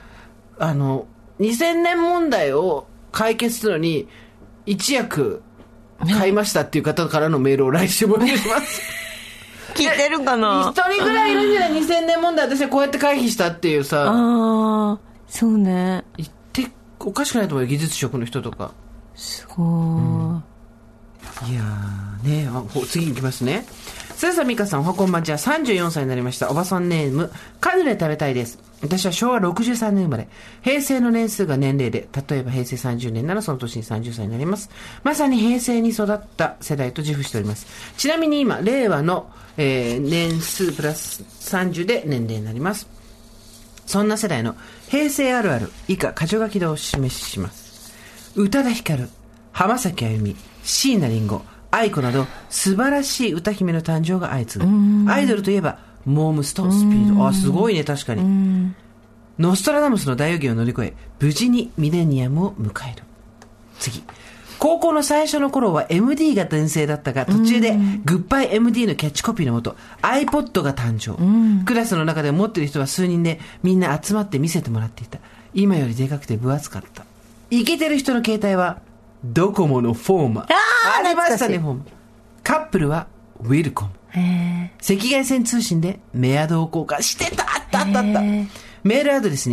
、2000年問題を解決するのに一役買いましたっていう方からのメールを来週もお願いします聞いてるかな。 一人ぐらいいるんじゃない？ 2000 年問題私はこうやって回避したっていうさ。 ああ、そうね。 言っておかしくないと思うよ、技術職の人とか。 すごい、 いやーね、次に行きますね。鈴田美香さん、おはこんばんちは。34歳になりました。おばさんネームカヌレ食べたいです。私は昭和63年生まれ。平成の年数が年齢で、例えば平成30年ならその年に30歳になります。まさに平成に育った世代と自負しております。ちなみに今令和の、年数プラス30で年齢になります。そんな世代の平成あるある以下箇条書きでお示しします。宇多田ヒカル、浜崎あゆみ、椎名林檎、愛子など素晴らしい歌姫の誕生が相次ぐ。アイドルといえばモームスとスピード。あ、すごいね、確かに。ノストラダムスの大予言を乗り越え無事にミレニアムを迎える。次、高校の最初の頃は MD が全盛だったが、途中でグッバイ MD のキャッチコピーのもと iPod が誕生。クラスの中で持ってる人は数人でみんな集まって見せてもらっていた。今よりでかくて分厚かった。イケてる人の携帯はドコモのフォーマー。ありましたね、フォーマー。カップルはウィルコム。赤外線通信でメアドを交換してた。あった。メールアドレスに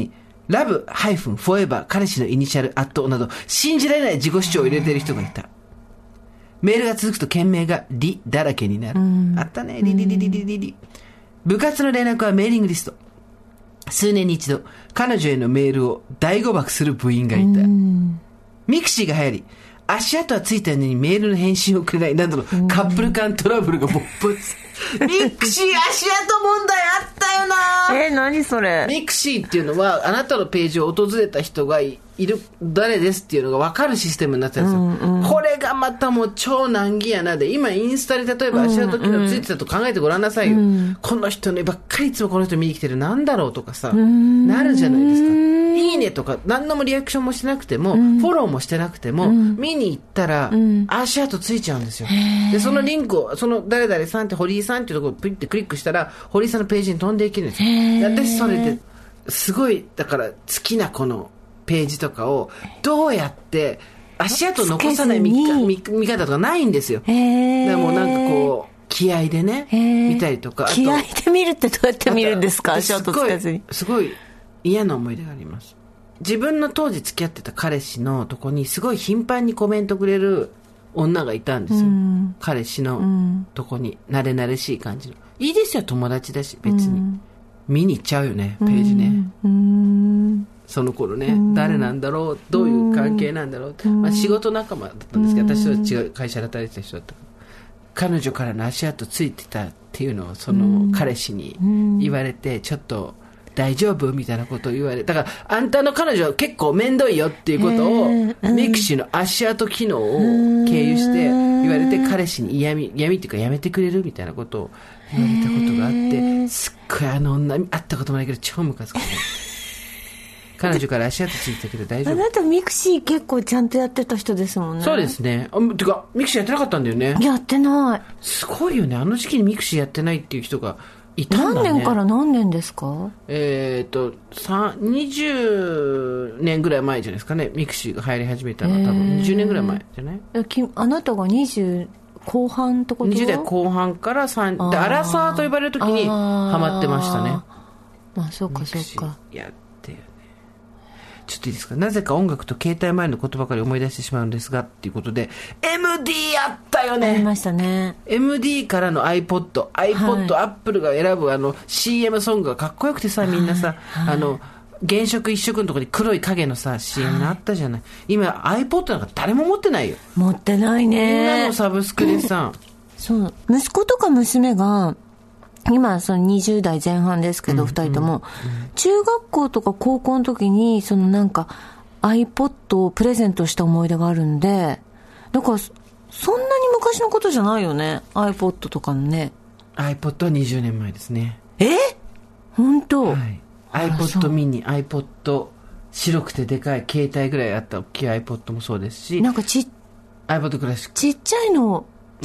ラブ-フォーエバー彼氏のイニシャル@など信じられない自己主張を入れている人がいた。メールが続くと件名がリだらけになる。あったね。リ。部活の連絡はメーリングリスト。数年に一度、彼女へのメールを大誤爆する部員がいた。ミクシーが流行り、足跡はついたのにメールの返信をくれないなどのカップル間トラブルが勃発。ミクシー足跡問題あったよな。 何それ。 ミクシーっていうのは、あなたのページを訪れた人がいる、誰ですっていうのが分かるシステムになってるんですよ。これがまたもう超難儀やなで、今インスタで例えば足跡機能ついてたと考えてごらんなさいよ。この人ねばっかりいつもこの人見に来てる、なんだろうとかさ、なるじゃないですか。いいねとか何のもリアクションもしてなくても、フォローもしてなくても、見に行ったら、足跡ついちゃうんですよ。でそのリンクを、その誰々さんって堀井さんっていうところをピッてクリックしたら、堀井さんのページに飛んでいけるんですよ。私それですごい、だから好きなこのページとかをどうやって足跡残さない見方とかないんですよ。だからもうなんかこう気合でね見たりとか。 気合で見るってどうやって見るんですか？足跡つかずに。 すごい嫌な思い出があります。自分の当時付き合ってた彼氏のとこにすごい頻繁にコメントくれる女がいたんですよ。彼氏のとこに慣れ慣れしい感じの。いいですよ、友達だし別に。見に行っちゃうよね、ページね。その頃ね、誰なんだろう、どういう関係なんだろう、まあ、仕事仲間だったんですけど、私は違う会社で働いてた人だったから、彼女からの足跡ついてたっていうのをその彼氏に言われて、ちょっと大丈夫みたいなことを言われ、だからあんたの彼女は結構面倒いよっていうことをミクシーの足跡機能を経由して言われて、彼氏に嫌味っていうかやめてくれるみたいなことを言われたことがあって、すっごいあの女会ったこともないけど超ムカつくね。彼女から足跡ついてたけど大丈夫。 あなたミクシー結構ちゃんとやってた人ですもんね。 そうですね。てかミクシーやってなかったんだよね。 やってない。 すごいよね、あの時期にミクシーやってないっていう人がいたんだね。 何年から何年ですか ？20年ぐらい前じゃないですかね、ミクシーが流行り始めたのは。多分20年ぐらい前じゃない？ あなたが20後半ってことは？20 代後半から3でアラサーと呼ばれる時にハマってましたね。 まあそうかそうか。 やってよね。ちょっといいですか。なぜか音楽と携帯前のことばかり思い出してしまうんですがっていうことで、 MD あったよね。 ありましたね。 MD からの iPod、アップルが選ぶCM ソングがかっこよくてさ、みんなさ、原色一色のところに黒い影のさ CM があったじゃない。今 iPod なんか誰も持ってないよ。 持ってないね。 みんなのサブスクでさそう息子とか娘が今その20代前半ですけど、2人とも中学校とか高校の時にそのなんか iPod をプレゼントした思い出があるんで、だからそんなに昔のことじゃないよね、 iPod とかのね。 iPod は20年前ですね。 本当？ はい、iPod ミニ、iPod 白くてでかい携帯ぐらいあった大きい iPod もそうですし、 なんか iPod クラシックちっちゃいの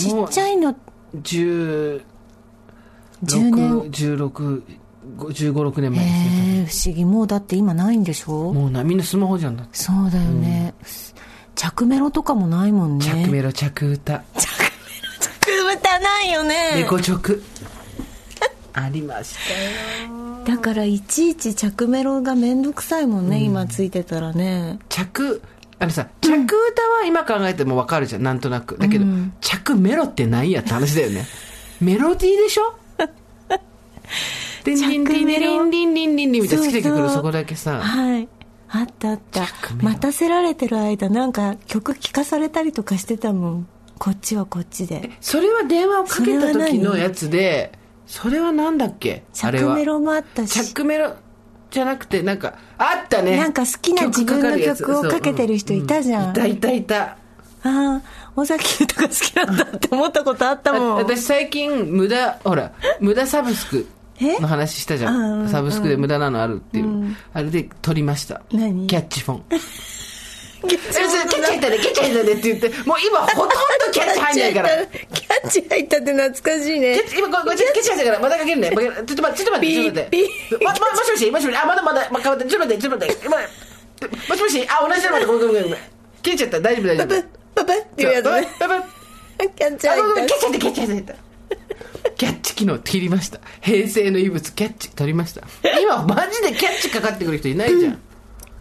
10 年 15、6年前ですね。 不思議。もうだって今ないんでしょ。 もうみんなスマホじゃんだって。 そうだよね、着メロとかもないもんね。 着メロ着歌ないよね。 レコチョクありましたよ。 だからいちいち着メロがめんどくさいもんね、今ついてたらね。 着歌は今考えても分かるじゃん、なんとなく。だけど、着メロって何やって話だよね。メロディーでしょ。デンデンデンデンデンデンデンみたいな好きな曲のそこだけさ。 はい、あったあった。待たせられてる間なんか曲聴かされたりとかしてたもん、こっちはこっちで。 それは電話をかけた時のやつで、それはなんだっけ。 着メロもあったし。 着メロじゃなくてなんかあったね。 なんか好きな自分の曲をかけてる人いたじゃん。 いた。 ああ、尾崎とか好きなんだって思ったことあったもん。 私最近無駄サブスクの話したじゃん。サブスクで無駄なのあるっていう、あれで撮りました。 何？ キャッチフォン。キャッチ入ったねって言って、もう今ほとんどキャッチ入んないから。 キャッチ入ったって懐かしいね。 今キャッチ入ったからまたかけるね。ちょっと待って。もしもし、まだまだ、ちょっと待って。もしもし、同じだ。ごめん。切れちゃった。大丈夫。 パパっていうやつね。キャッチ入った。 キャッチ機能切りました。平成の遺物キャッチ取りました。今マジでキャッチかかってくる人いないじゃん。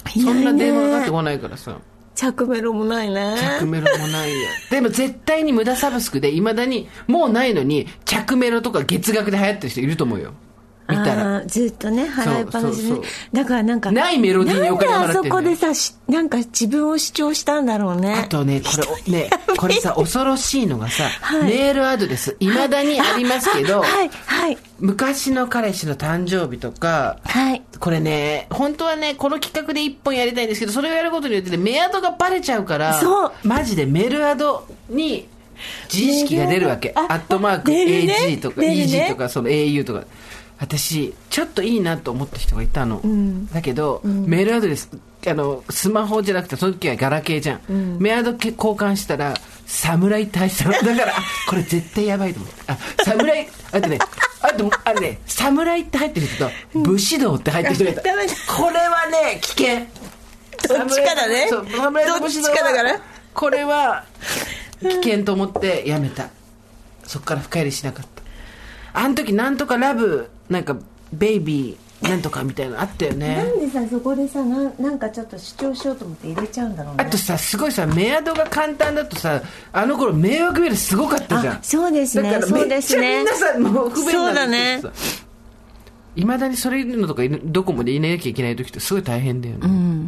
そんな電話がかかってこないからさ。 着メロもないね。 着メロもないよ。でも絶対に無駄サブスクで未だにもうないのに着メロとか月額で流行ってる人いると思うよ。見たらずっとね払いっぱなしで、ね、だからなんかないメロディーにお金払ってる、ね、 なんであそこでさなんか自分を主張したんだろうね。 あとねこれさ恐ろしいのがさ、はい、メールアドレス未だにありますけど、 はいはい、 昔の彼氏の誕生日とか、はい、これね本当はねこの企画で1本やりたいんですけどそれをやることによって、ね、メアドがバレちゃうからマジでメールアドに自意識が出るわけ。アットマーク AG とか EG とかその AU とか私ちょっといいなと思った人がいたの、うん、だけど、うん、メールアドレススマホじゃなくてその時はガラケーじゃん、うん、メアド交換したら侍って入ってただからこれ絶対やばいと思って侍あとね侍って入ってる人と武士道って入ってる人がいた、これはね危険。 どっちかだね。 そう侍と武士道はどっちかだからこれは危険と思ってやめた。そっから深入りしなかった。あの時なんとかラブなんかベイビーなんとかみたいなのあったよね。 なんでさそこでさなんかちょっと主張しようと思って入れちゃうんだろうね。 あとさすごいさメアドが簡単だとさあの頃迷惑メールすごかったじゃん。 そうですね。だからめっちゃみんなさもう不便なんですけどさいまだにそれのとかドコモで入れなきゃいけない時ってすごい大変だよね、 うん、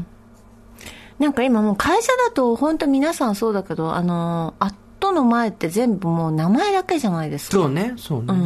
なんか今もう会社だと本当皆さんそうだけどアットの前って全部もう名前だけじゃないですか。 そうね、うんうん、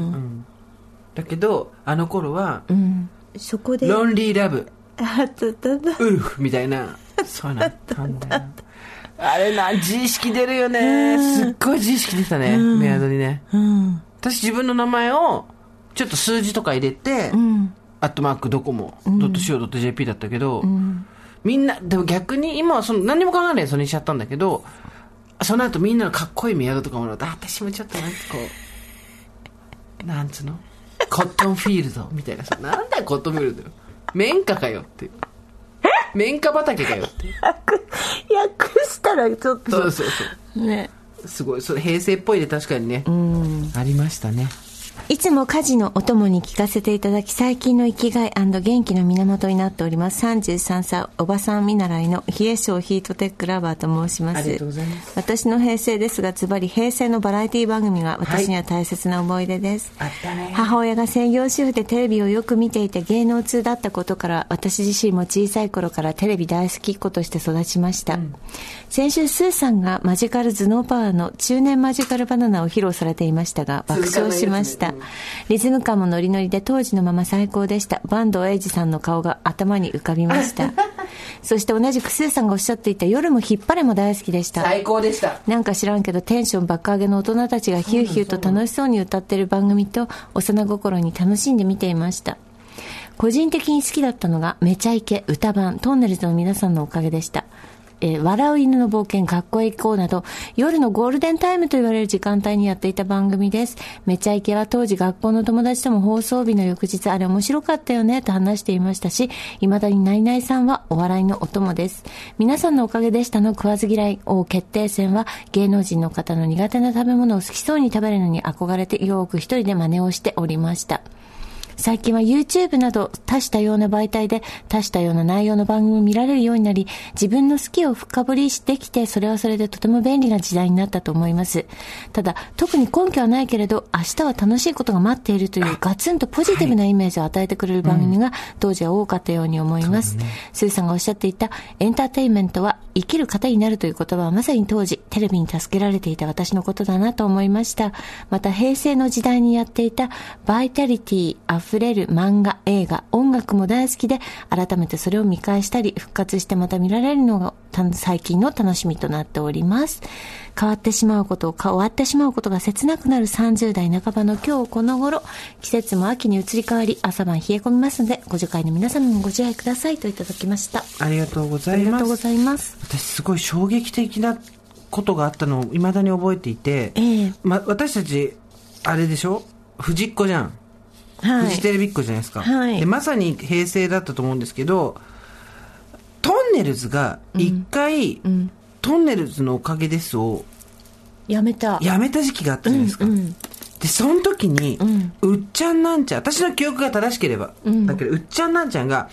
だけどあの頃は、 うん、そこでロンリーラブウルフみたいなそうなったんだよあれな自意識出るよね、すっごい自意識出たね、メアドにね、私自分の名前をちょっと数字とか入れて、アットマークドコモ.co.jp だったけど、みんなでも逆に今は何も考えないでそれにしちゃったんだけど、その後みんなのかっこいいメアドとかもらうと私もちょっとなんかこうなんつうのコットンフィールドみたいなさなんだよコットンフィールドよ綿花かよっていう綿花畑かよって訳したらちょっとそうねすごいそれ平成っぽいで確かにねありましたね。 いつも家事のお供に聞かせていただき最近の生きがい&元気の源になっております。33歳おばさん見習いの冷え性ヒートテックラバーと申します。 ありがとうございます。 私の平成ですがズバリ平成のバラエティ番組が私には大切な思い出です、 あったね。 母親が専業主婦でテレビをよく見ていて芸能通だったことから私自身も小さい頃からテレビ大好きっ子として育ちました、先週スーさんがマジカル頭脳パワーの中年マジカルバナナを披露されていましたが爆笑しました、リズム感もノリノリで当時のまま最高でした。坂東英二さんの顔が頭に浮かびましたそして同じくスーさんがおっしゃっていた夜も引っ張れも大好きでした。 最高でした。 なんか知らんけどテンション爆上げの大人たちがヒューヒューと楽しそうに歌ってる番組と幼心に楽しんで見ていました。個人的に好きだったのがめちゃイケ歌版トンネルズの皆さんのおかげでした。笑う犬の冒険かっこいい子など夜のゴールデンタイムと言われる時間帯にやっていた番組です。めちゃイケは当時学校の友達とも放送日の翌日あれ面白かったよねと話していましたし、未だにナイナイさんはお笑いのお供です。皆さんのおかげでしたの食わず嫌い王決定戦は芸能人の方の苦手な食べ物を好きそうに食べるのに憧れてよく一人で真似をしておりました。最近は YouTube など多種多様な媒体で多種多様な内容の番組を見られるようになり、自分の好きを深掘りしてきて、それはそれでとても便利な時代になったと思います。ただ特に根拠はないけれど明日は楽しいことが待っているというガツンとポジティブなイメージを与えてくれる番組が当時は多かったように思います、スーさんがおっしゃっていたエンターテインメントは生きる糧になるという言葉はまさに当時テレビに助けられていた私のことだなと思いました。また平成の時代にやっていたバイタリティ溢れる漫画、映画、音楽も大好きで改めてそれを見返したり復活してまた見られるのが最近の楽しみとなっております。変わってしまうこと終わってしまうことが切なくなる30代半ばの今日この頃、季節も秋に移り変わり朝晩冷え込みますのでご助会の皆様もご自愛くださいといただきました。 ありがとうございます。ありがとうございます。私すごい衝撃的なことがあったのを未だに覚えていて、私たちあれでしょ、藤っ子じゃん、はい、フジテレビっ子じゃないですか、はい、でまさに平成だったと思うんですけど、トンネルズが一回、トンネルズのおかげですをやめた時期があったじゃないですか、でその時に、うっちゃんなんちゃん、私の記憶が正しければ、だけどうっちゃんなんちゃんが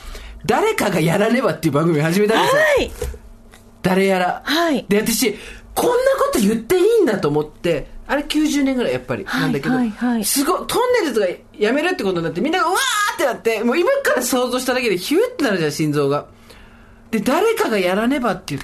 誰かがやらねばっていう番組を始めたんですよ。誰やら。で、私、こんなこと言っていいんだと思って、あれ90年ぐらいやっぱりなんだけど、すごい、トンネルズがやめるってことになって、みんながうわーってなって、もう今から想像しただけでヒューってなるじゃん、心臓が。で、誰かがやらねばって言って、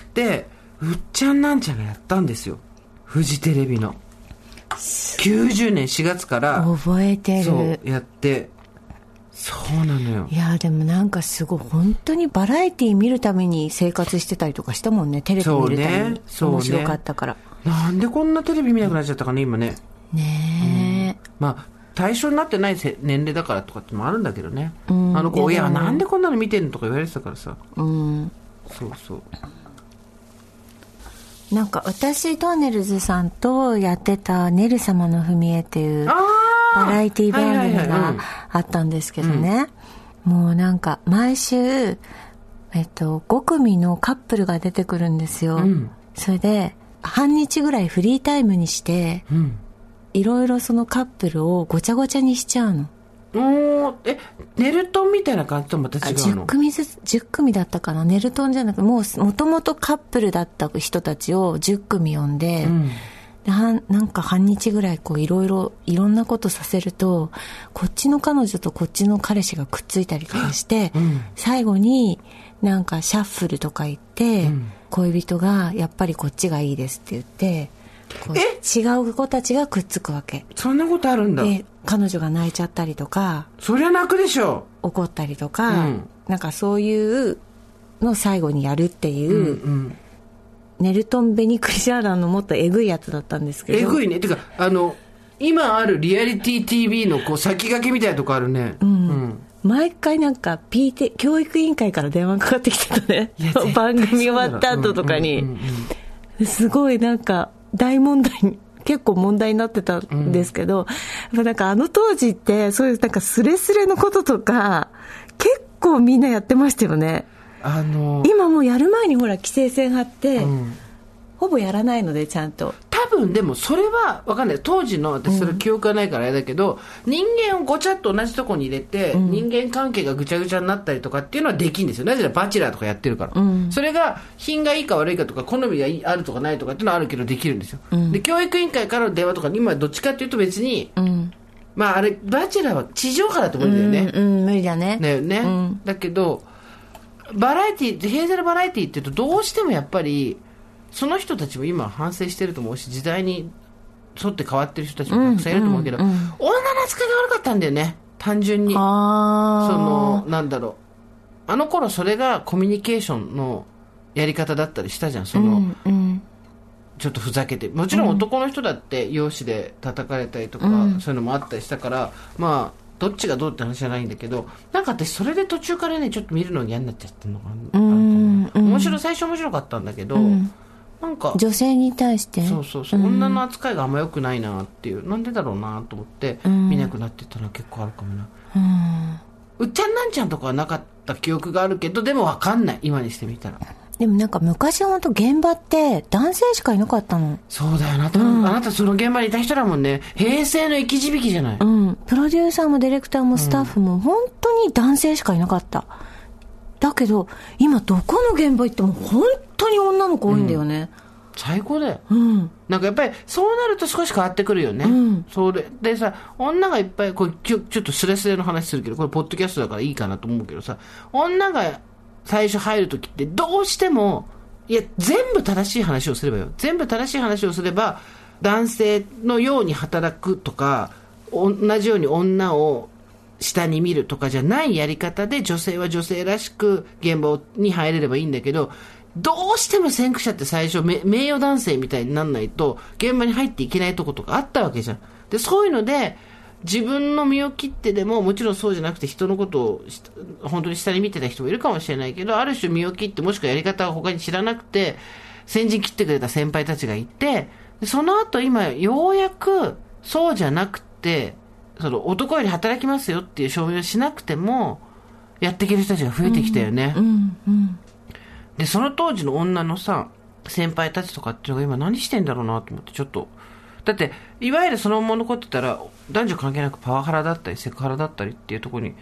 うっちゃんなんちゃんがやったんですよ。フジテレビの。90年4月から。 覚えてる。 そう、やって。そうなのよ。 いやでもなんかすごい本当にバラエティ見るために生活してたりとかしたもんね。テレビ見るために。面白かったから。 なんでこんなテレビ見なくなっちゃったかね今ね。 ねえ、 まあ対象になってない年齢だからとかってもあるんだけどね。あの子いやなんでこんなの見てんのとか言われてたからさ。そうそう。 なんか私トンネルズさんとやってたネル様の踏み絵っていうバラエティ番組があったんですけどね、もうなんか毎週5組のカップルが出てくるんですよ、それで半日ぐらいフリータイムにして、いろいろそのカップルをごちゃごちゃにしちゃうの。 ネルトンみたいな感じとまた違うの ？10組だったかな。ネルトンじゃなくてもともとカップルだった人たちを10組呼んで、でなんか半日ぐらいこういろんなことさせると、こっちの彼女とこっちの彼氏がくっついたりとかして、最後になんかシャッフルとか言って、恋人がやっぱりこっちがいいですって言って違う子たちがくっつくわけ。 そんなことあるんだ。 で彼女が泣いちゃったりとか、 そりゃ泣くでしょ。 怒ったりとか、なんかそういうのを最後にやるっていう、ネルトン・ベニクリジャーランのもっとエグいやつだったんですけど。 エグいね。てか今あるリアリティ TV のこう先駆けみたいなとこあるね。 毎回なんか教育委員会から電話かかってきてたね。番組終わった後とかに、すごいなんか大問題に結構問題になってたんですけど、なんか当時ってそういうなんかスレスレのこととか結構みんなやってましたよね。今もうやる前にほら規制線張って、ほぼやらないのでちゃんと。 多分でもそれは分かんない。当時の私それ記憶がないからあれだけど、人間をごちゃっと同じとこに入れて、人間関係がぐちゃぐちゃになったりとかっていうのはできるんですよ。なぜならバチェラーとかやってるから、それが品がいいか悪いかとか好みがあるとかないとかっていうのはあるけどできるんですよ、で教育委員会からの電話とか今どっちかっていうと別に、まああれバチェラーは地上波だと無理だよね、 無理だね。 だけどバラエティヘイゼルバラエティっていうとどうしてもやっぱりその人たちも今反省してると思うし、時代に沿って変わってる人たちもたくさんいると思うけど、女の扱いが悪かったんだよね、単純に。なんだろう、あの頃それがコミュニケーションのやり方だったりしたじゃん。ちょっとふざけて、もちろん男の人だって容姿で叩かれたりとか、そういうのもあったりしたから、まあどっちがどうって話じゃないんだけど、なんか私それで途中からねちょっと見るの嫌になっちゃってるのかな。最初面白かったんだけど、なんか女性に対して女の扱いがあんま良くないなっていう、なんでだろうなと思って見なくなってたのは結構あるかもな。うっちゃんなんちゃんとかはなかった記憶があるけど、でも分かんない今にしてみたら。 でもなんか昔は本当現場って男性しかいなかったの。 そうだよ、あなたその現場にいた人だもんね。平成の生き字引じゃない、 プロデューサーもディレクターもスタッフも本当に男性しかいなかった、だけど今どこの現場行っても本当に女の子多いんだよね、 最高だよ、なんかやっぱりそうなると少し変わってくるよね、それでさ、女がいっぱいこれちょっとスレスレの話するけど、これポッドキャストだからいいかなと思うけどさ、女が最初入るときってどうしても、いや全部正しい話をすればよ、全部正しい話をすれば男性のように働くとか、同じように女を下に見るとかじゃないやり方で、女性は女性らしく現場に入れればいいんだけど、どうしても先駆者って最初名誉男性みたいになんないと現場に入っていけないとことかあったわけじゃん。でそういうので自分の身を切ってでも、もちろんそうじゃなくて人のことを本当に下に見てた人もいるかもしれないけど、ある種身を切って、もしくはやり方を他に知らなくて先陣切ってくれた先輩たちがいて、その後今ようやくそうじゃなくて、その男より働きますよっていう証明をしなくてもやっていける人たちが増えてきたよね、でその当時の女のさ先輩たちとかっていうのが今何してんだろうなと思って、ちょっとだっていわゆるそのまま残ってたら男女関係なくパワハラだったりセクハラだったりっていうところに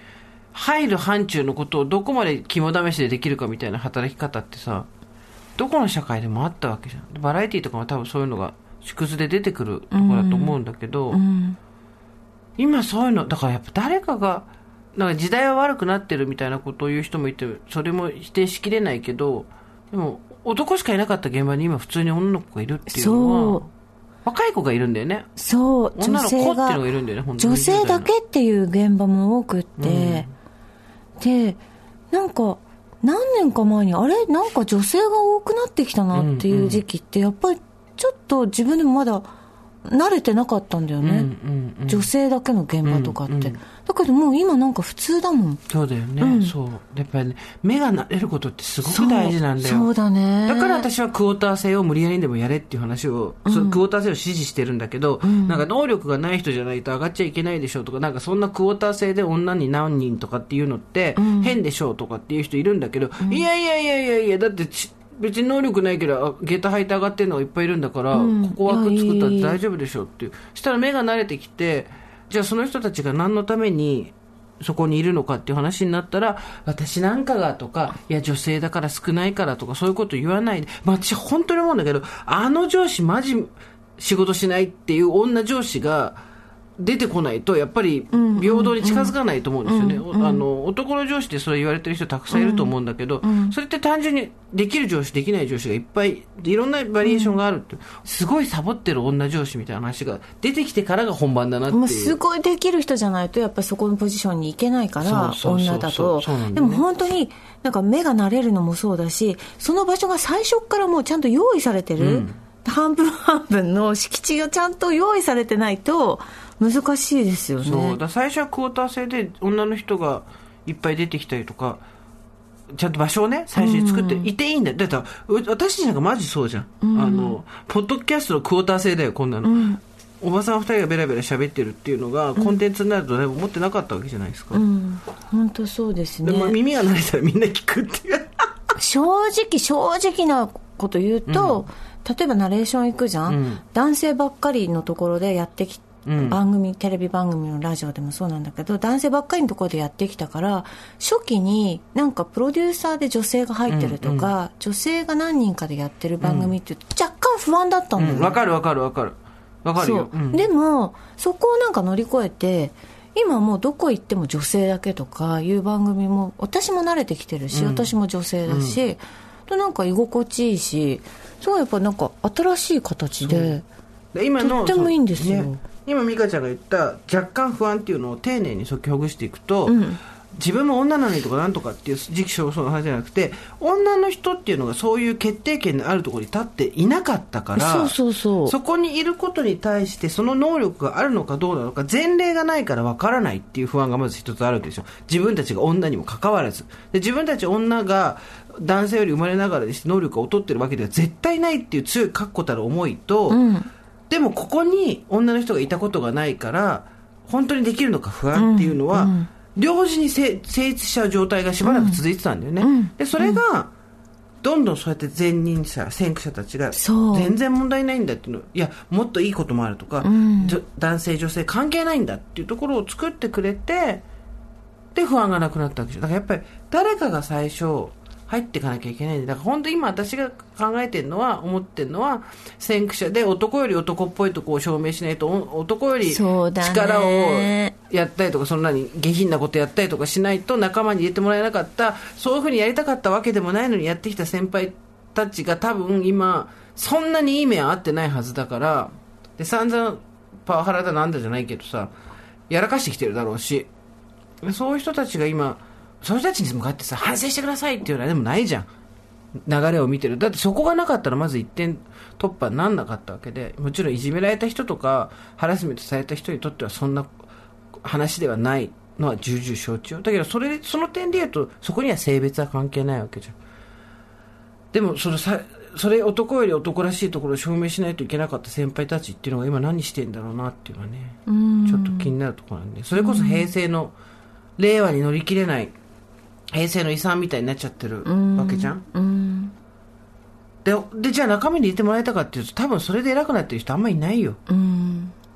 入る範疇のことをどこまで肝試しでできるかみたいな働き方ってさ、どこの社会でもあったわけじゃん。バラエティとかも多分そういうのが縮図で出てくるところだと思うんだけど、今そういうのだからやっぱ誰かがなんか時代は悪くなってるみたいなことを言う人もいて、それも否定しきれないけど、でも男しかいなかった現場に今普通に女の子がいるっていうのは、若い子がいるんだよね。 そう、 女の子っていうのがいるんだよね。本当に女性だけっていう現場も多くって、でなんか何年か前になんか女性が多くなってきたなっていう時期ってやっぱりちょっと自分でもまだ慣れてなかったんだよね、女性だけの現場とかって、だけどもう今なんか普通だもん。 そうだよね、そうやっぱりね、目が慣れることってすごく大事なんだよ。 そうだね。 だから私はクォーター制を無理やりでもやれっていう話を、クォーター制を支持してるんだけど、なんか能力がない人じゃないと上がっちゃいけないでしょとか、なんかそんなクォーター制で女に何人とかっていうのって変でしょとかっていう人いるんだけど、いやだって別に能力ないけど下駄履いて上がってるのがいっぱいいるんだから、ここ枠作ったって大丈夫でしょっていう。したら目が慣れてきて、じゃあその人たちが何のためにそこにいるのかっていう話になったら、私なんかがとか、いや女性だから少ないからとかそういうこと言わないで、私本当に思うんだけど、上司マジ仕事しないっていう女上司が出てこないとやっぱり平等に近づかないと思うんですよね、男の上司でそれ言われてる人たくさんいると思うんだけど、それって単純にできる上司できない上司がいっぱいいろんなバリエーションがあるって、すごいサボってる女上司みたいな話が出てきてからが本番だなっていう。 もうすごいできる人じゃないとやっぱりそこのポジションに行けないから、女だと。でも本当になんか目が慣れるのもそうだし、その場所が最初からもうちゃんと用意されてる、半分半分の敷地がちゃんと用意されてないと難しいですよね。 そうだ、最初はクォーター制で女の人がいっぱい出てきたりとか、ちゃんと場所をね最初に作っていていいんだよ。だって私たちなんかマジそうじゃん、ポッドキャストのクォーター制だよこんなの、おばさん2人がベラベラ喋ってるっていうのがコンテンツになるとね、思ってなかったわけじゃないですか。 本当そうですね。 でも耳が慣れたらみんな聞くっていう正直なこと言うと、例えばナレーション行くじゃん、男性ばっかりのところでやってきて、番組、テレビ番組のラジオでもそうなんだけど、男性ばっかりのところでやってきたから、初期になんかプロデューサーで女性が入ってるとか、女性が何人かでやってる番組って若干不安だったんだよね。 わかるよ、 でもそこをなんか乗り越えて、今もうどこ行っても女性だけとかいう番組も私も慣れてきてるし、私も女性だし、なんか居心地いいし、そうやっぱなんか新しい形で今のとってもいいんですよ、 今美香ちゃんが言った若干不安っていうのを丁寧に解きほぐしていくと、自分も女なのにとかなんとかっていう時期尚早の話じゃなくて、女の人っていうのがそういう決定権のあるところに立っていなかったから、そこにいることに対してその能力があるのかどうなのか前例がないからわからないっていう不安がまず一つあるわけでしょ。自分たちが女にもかかわらずで、自分たち女が男性より生まれながらにして能力が劣ってるわけでは絶対ないっていう強い確固たる思いと、でもここに女の人がいたことがないから本当にできるのか不安っていうのは、両時に成立しちゃう状態がしばらく続いてたんだよね、でそれがどんどんそうやって前任者先駆者たちが全然問題ないんだっていうの、いやもっといいこともあるとか、男性女性関係ないんだっていうところを作ってくれて、で不安がなくなったわけでしょ。だからやっぱり誰かが最初入っていかなきゃいけないんで、だから本当に今私が考えてるのは、思ってるのは、先駆者で男より男っぽいとこを証明しないと、男より力をやったりとか、そんなに下品なことやったりとかしないと仲間に入れてもらえなかった、そういうふうにやりたかったわけでもないのにやってきた先輩たちが多分今そんなにいい面あってないはずだから、で散々パワハラだなんだじゃないけどさ、やらかしてきてるだろうし、そういう人たちが今その人たちに向かってさ、反省してくださいっていうのはでもないじゃん、流れを見てる。だってそこがなかったらまず一点突破になんなかったわけで、もちろんいじめられた人とかハラスメントされた人にとってはそんな話ではないのは重々承知よ。だけどその点で言うとそこには性別は関係ないわけじゃん。でもそれ男より男らしいところを証明しないといけなかった先輩たちっていうのが今何してんだろうなっていうのはね、ちょっと気になるところなんで、それこそ平成の令和に乗り切れない平成の遺産みたいになっちゃってるわけじゃん、でじゃあ中身に入れてもらえたかっていうと、多分それで偉くなってる人あんまりいないよ、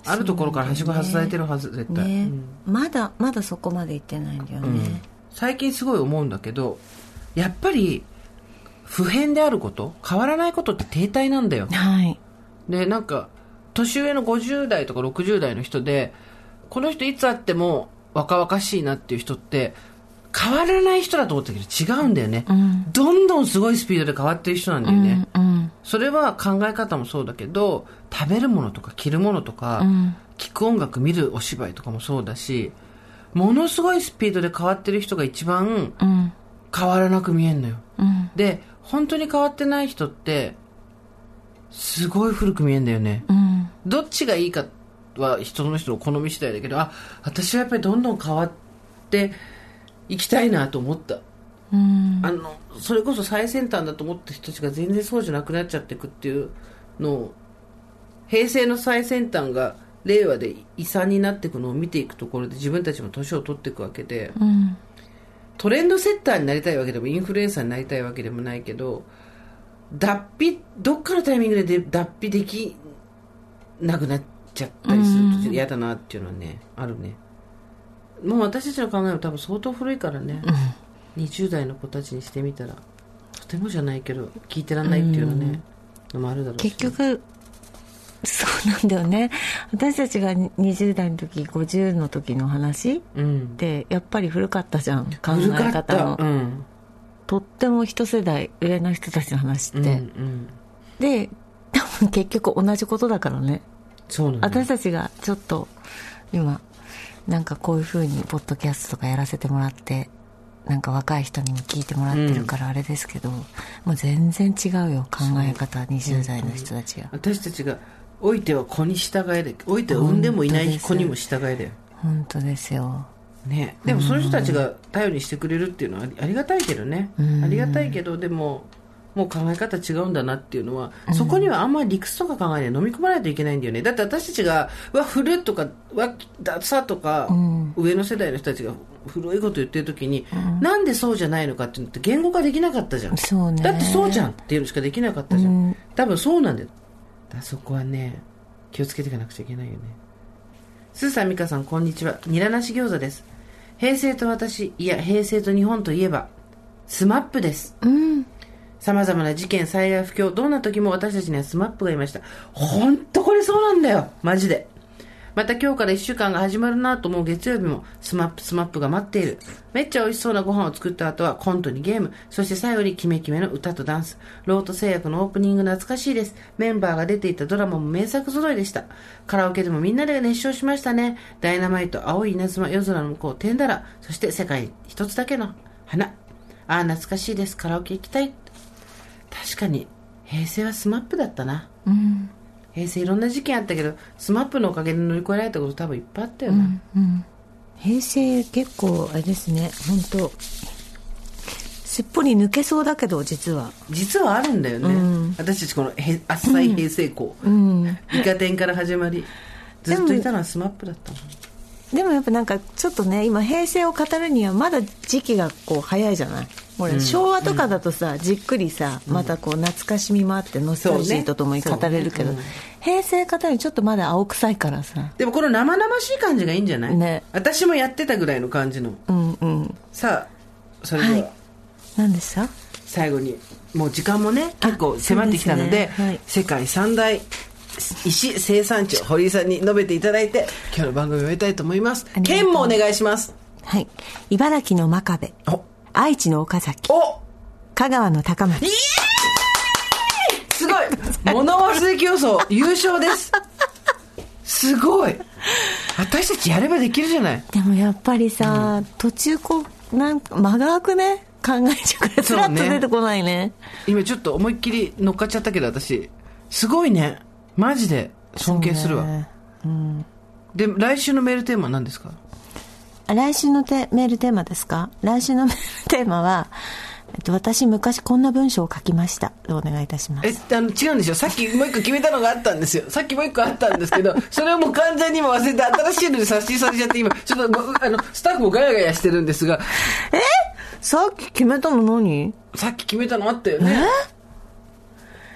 あるところからはしご外されてるはず、絶対、 ね、まだそこまで行ってないんだよね、 最近すごい思うんだけど、やっぱり不変であること、変わらないことって停滞なんだよ。 はい。 で、なんか年上の50代とか60代の人で、この人いつ会っても若々しいなっていう人って変わらない人だと思ったけど違うんだよね、どんどんすごいスピードで変わってる人なんだよね、それは考え方もそうだけど、食べるものとか着るものとか、聴く音楽、見るお芝居とかもそうだし、ものすごいスピードで変わってる人が一番変わらなく見えんのよ、で本当に変わってない人ってすごい古く見えんだよね、どっちがいいかは人の好み次第だけど、私はやっぱりどんどん変わっていきたいなと思った、それこそ最先端だと思った人たちが全然そうじゃなくなっちゃっていくっていうのを、平成の最先端が令和で遺産になっていくのを見ていくところで自分たちも年を取っていくわけで、トレンドセッターになりたいわけでもインフルエンサーになりたいわけでもないけど、どっかのタイミングで脱皮できなくなっちゃったりすると嫌だなっていうのはね、あるね。もう私たちの考えは多分相当古いからね、20代の子たちにしてみたらとてもじゃないけど聞いてらんないっていうのね、のもあるだろうし、 結局そうなんだよね。私たちが20代の時50の時の話ってやっぱり古かったじゃん、考え方も、とっても一世代上の人たちの話って、で多分結局同じことだからね。 そうなんだ。 私たちがちょっと今なんかこういう風にポッドキャストとかやらせてもらってなんか若い人にも聞いてもらってるからあれですけど、もう全然違うよ、考え方、20代の人たちが。 私たちが老いては子に従えで、老いては産んでもいない子にも従えだよ。 本当ですよね。でもその人たちが頼りにしてくれるっていうのはありがたいけどね、ありがたいけど、でももう考え方違うんだなっていうのは、そこにはあんまり理屈とか考えない飲み込まないといけないんだよね。だって私たちが古とかダサとか、上の世代の人たちが古いこと言ってる時に、なんでそうじゃないのかっていうのって言語化できなかったじゃん。 そうね、 だってそうじゃんっていうのしかできなかったじゃん、多分そうなんだよ。そこはね気をつけていかなくちゃいけないよね。スーさん、ミカさん、こんにちは。ニラなし餃子です。平成と私、いや平成と日本といえばスマップです。様々な事件、災害、不況、どんな時も私たちにはスマップがいました。ほんとこれそうなんだよ、マジで。また今日から1週間が始まるなと思う月曜日もスマップが待っている。めっちゃ美味しそうなご飯を作った後はコントにゲーム、そして最後にキメキメの歌とダンス。ロート製薬のオープニング懐かしいです。メンバーが出ていたドラマも名作揃いでした。カラオケでもみんなで熱唱しましたね。ダイナマイト、青い稲妻、夜空の向こう、テンダラ、そして世界一つだけの花。懐かしいです。カラオケ行きたい。確かに平成はスマップだったな、平成いろんな事件あったけどスマップのおかげで乗り越えられたこと多分いっぱいあったよな、 平成結構あれですね、本当すっぽり抜けそうだけど実はあるんだよね、私たちこの浅い平成校、イカ天から始まりずっといたのはスマップだったもん。 でもやっぱなんかちょっとね、今平成を語るにはまだ時期がこう早いじゃない。昭和とかだとさ、じっくりさ、またこう懐かしみもあってノスタルジーとともに語れるけど、平成語るにちょっとまだ青臭いからさ。 でもこの生々しい感じがいいんじゃないね。私もやってたぐらいの感じの、さあそれでは、 何でした？ 最後にもう時間もね結構迫ってきたので、世界三大石生産地を堀井さんに述べていただいて今日の番組を終えたいと思います。県もお願いします。 はい、茨城の真壁、愛知の岡崎、香川の高松。 すごい物忘れ競争優勝です。すごい、私たちやればできるじゃない。 でもやっぱりさ、途中こうなんか間が空くね、考えちゃうからスラッと出てこないね。今ちょっと思いっきり乗っかっちゃったけど私すごいね、マジで尊敬するわ、で来週のメールテーマは何ですか？ 来週のメールテーマですか？来週のメールテーマは、私昔こんな文章を書きましたでお願いいたします。 違うんですよ、さっきもう一個決めたのがあったんですよ。さっきもう一個あったんですけどそれをもう完全にも忘れて新しいので刷新されちゃって今ちょっとスタッフもガヤガヤしてるんですが。 さっき決めたの何？ さっき決めたのあったよね。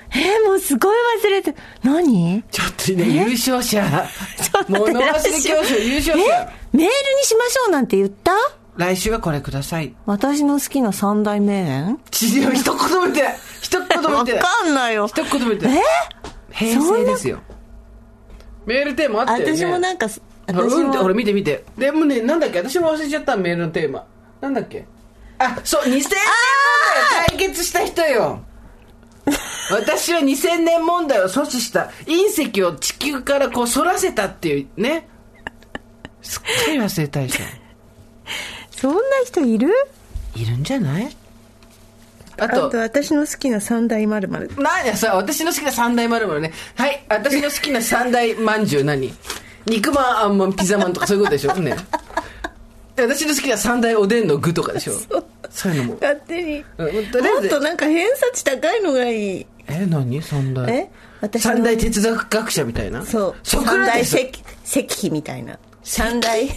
もうすごい忘れて。何？ ちょっとね、優勝者。物忘れ教習優勝者。 メールにしましょうなんて言った？ 来週はこれください。 私の好きな三大名園？ 一言も言ってない。一言も言ってない。 わかんないよ。 一言も言ってない。平成ですよ。メールテーマあったよね。 私もなんか、 ほら見て。でもね、なんだっけ、私も忘れちゃった、メールのテーマ。なんだっけ。あ、そう、2000年問題を解決した人よ。私は2000年問題を阻止した。隕石を地球からこう反らせたっていうね。すっかり忘れたい人。 そんな人いるんじゃない？あと私の好きな三大〇〇。 何やさ、私の好きな三大〇〇ね。はい、私の好きな三大まんじゅう何？肉まん、あんまん、ピザまんとかそういうことでしょね。私の好きな三大おでんの具とかでしょ。そういうのも勝手に、 もっとなんか偏差値高いのがいい。 何三大？ 私三大哲学者みたいな。 そう、三大石碑みたいな。三大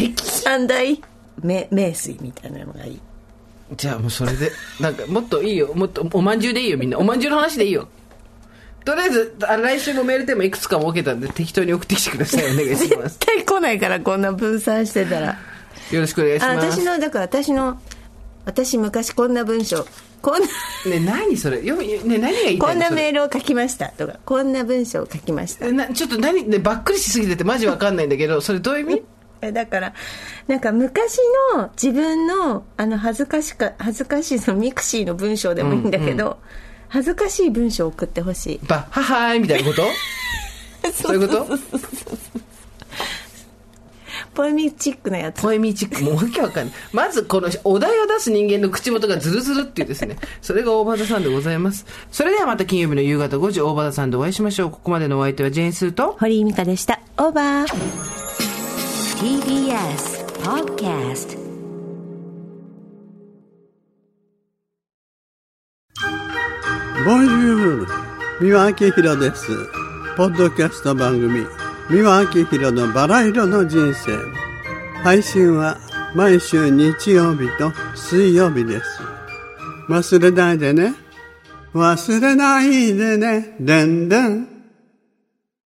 名水みたいなのがいい。 じゃあもうそれでなんかもっといいよ、もっとおまんじゅうでいいよ、みんなおまんじゅうの話でいいよ。とりあえず来週もメールテーマいくつか設けたんで適当に送ってきてください。お願いします。 絶対来ないから、こんな分散してたら。 よろしくお願いします。 私昔こんな文章、 ね、何それ、何が言いたいの？ こんなメールを書きましたとか、こんな文章を書きました。 ちょっとね、ばっくりしすぎててマジわかんないんだけど、それどういう意味？ だからなんか昔の自分の恥ずかしいそのミクシーの文章でもいいんだけど、恥ずかしい文章を送ってほしい。 ははーいみたいなことそういうこと？ ポエミチックなやつ。 ポエミチック、もうわけわかんない。まずこのお題を出す人間の口元がズルズルっていうですね、それが大場田さんでございます。それではまた金曜日の夕方5時、大場田さんでお会いしましょう。ここまでのお相手はジェーンスーと堀井美香でした。オーバー。 TBS Podcast。 ボンジュール、三輪明宏です。ポッドキャスト番組三輪明宏のバラ色の人生、配信は毎週日曜日と水曜日です。忘れないでね、忘れないでね、でんでん。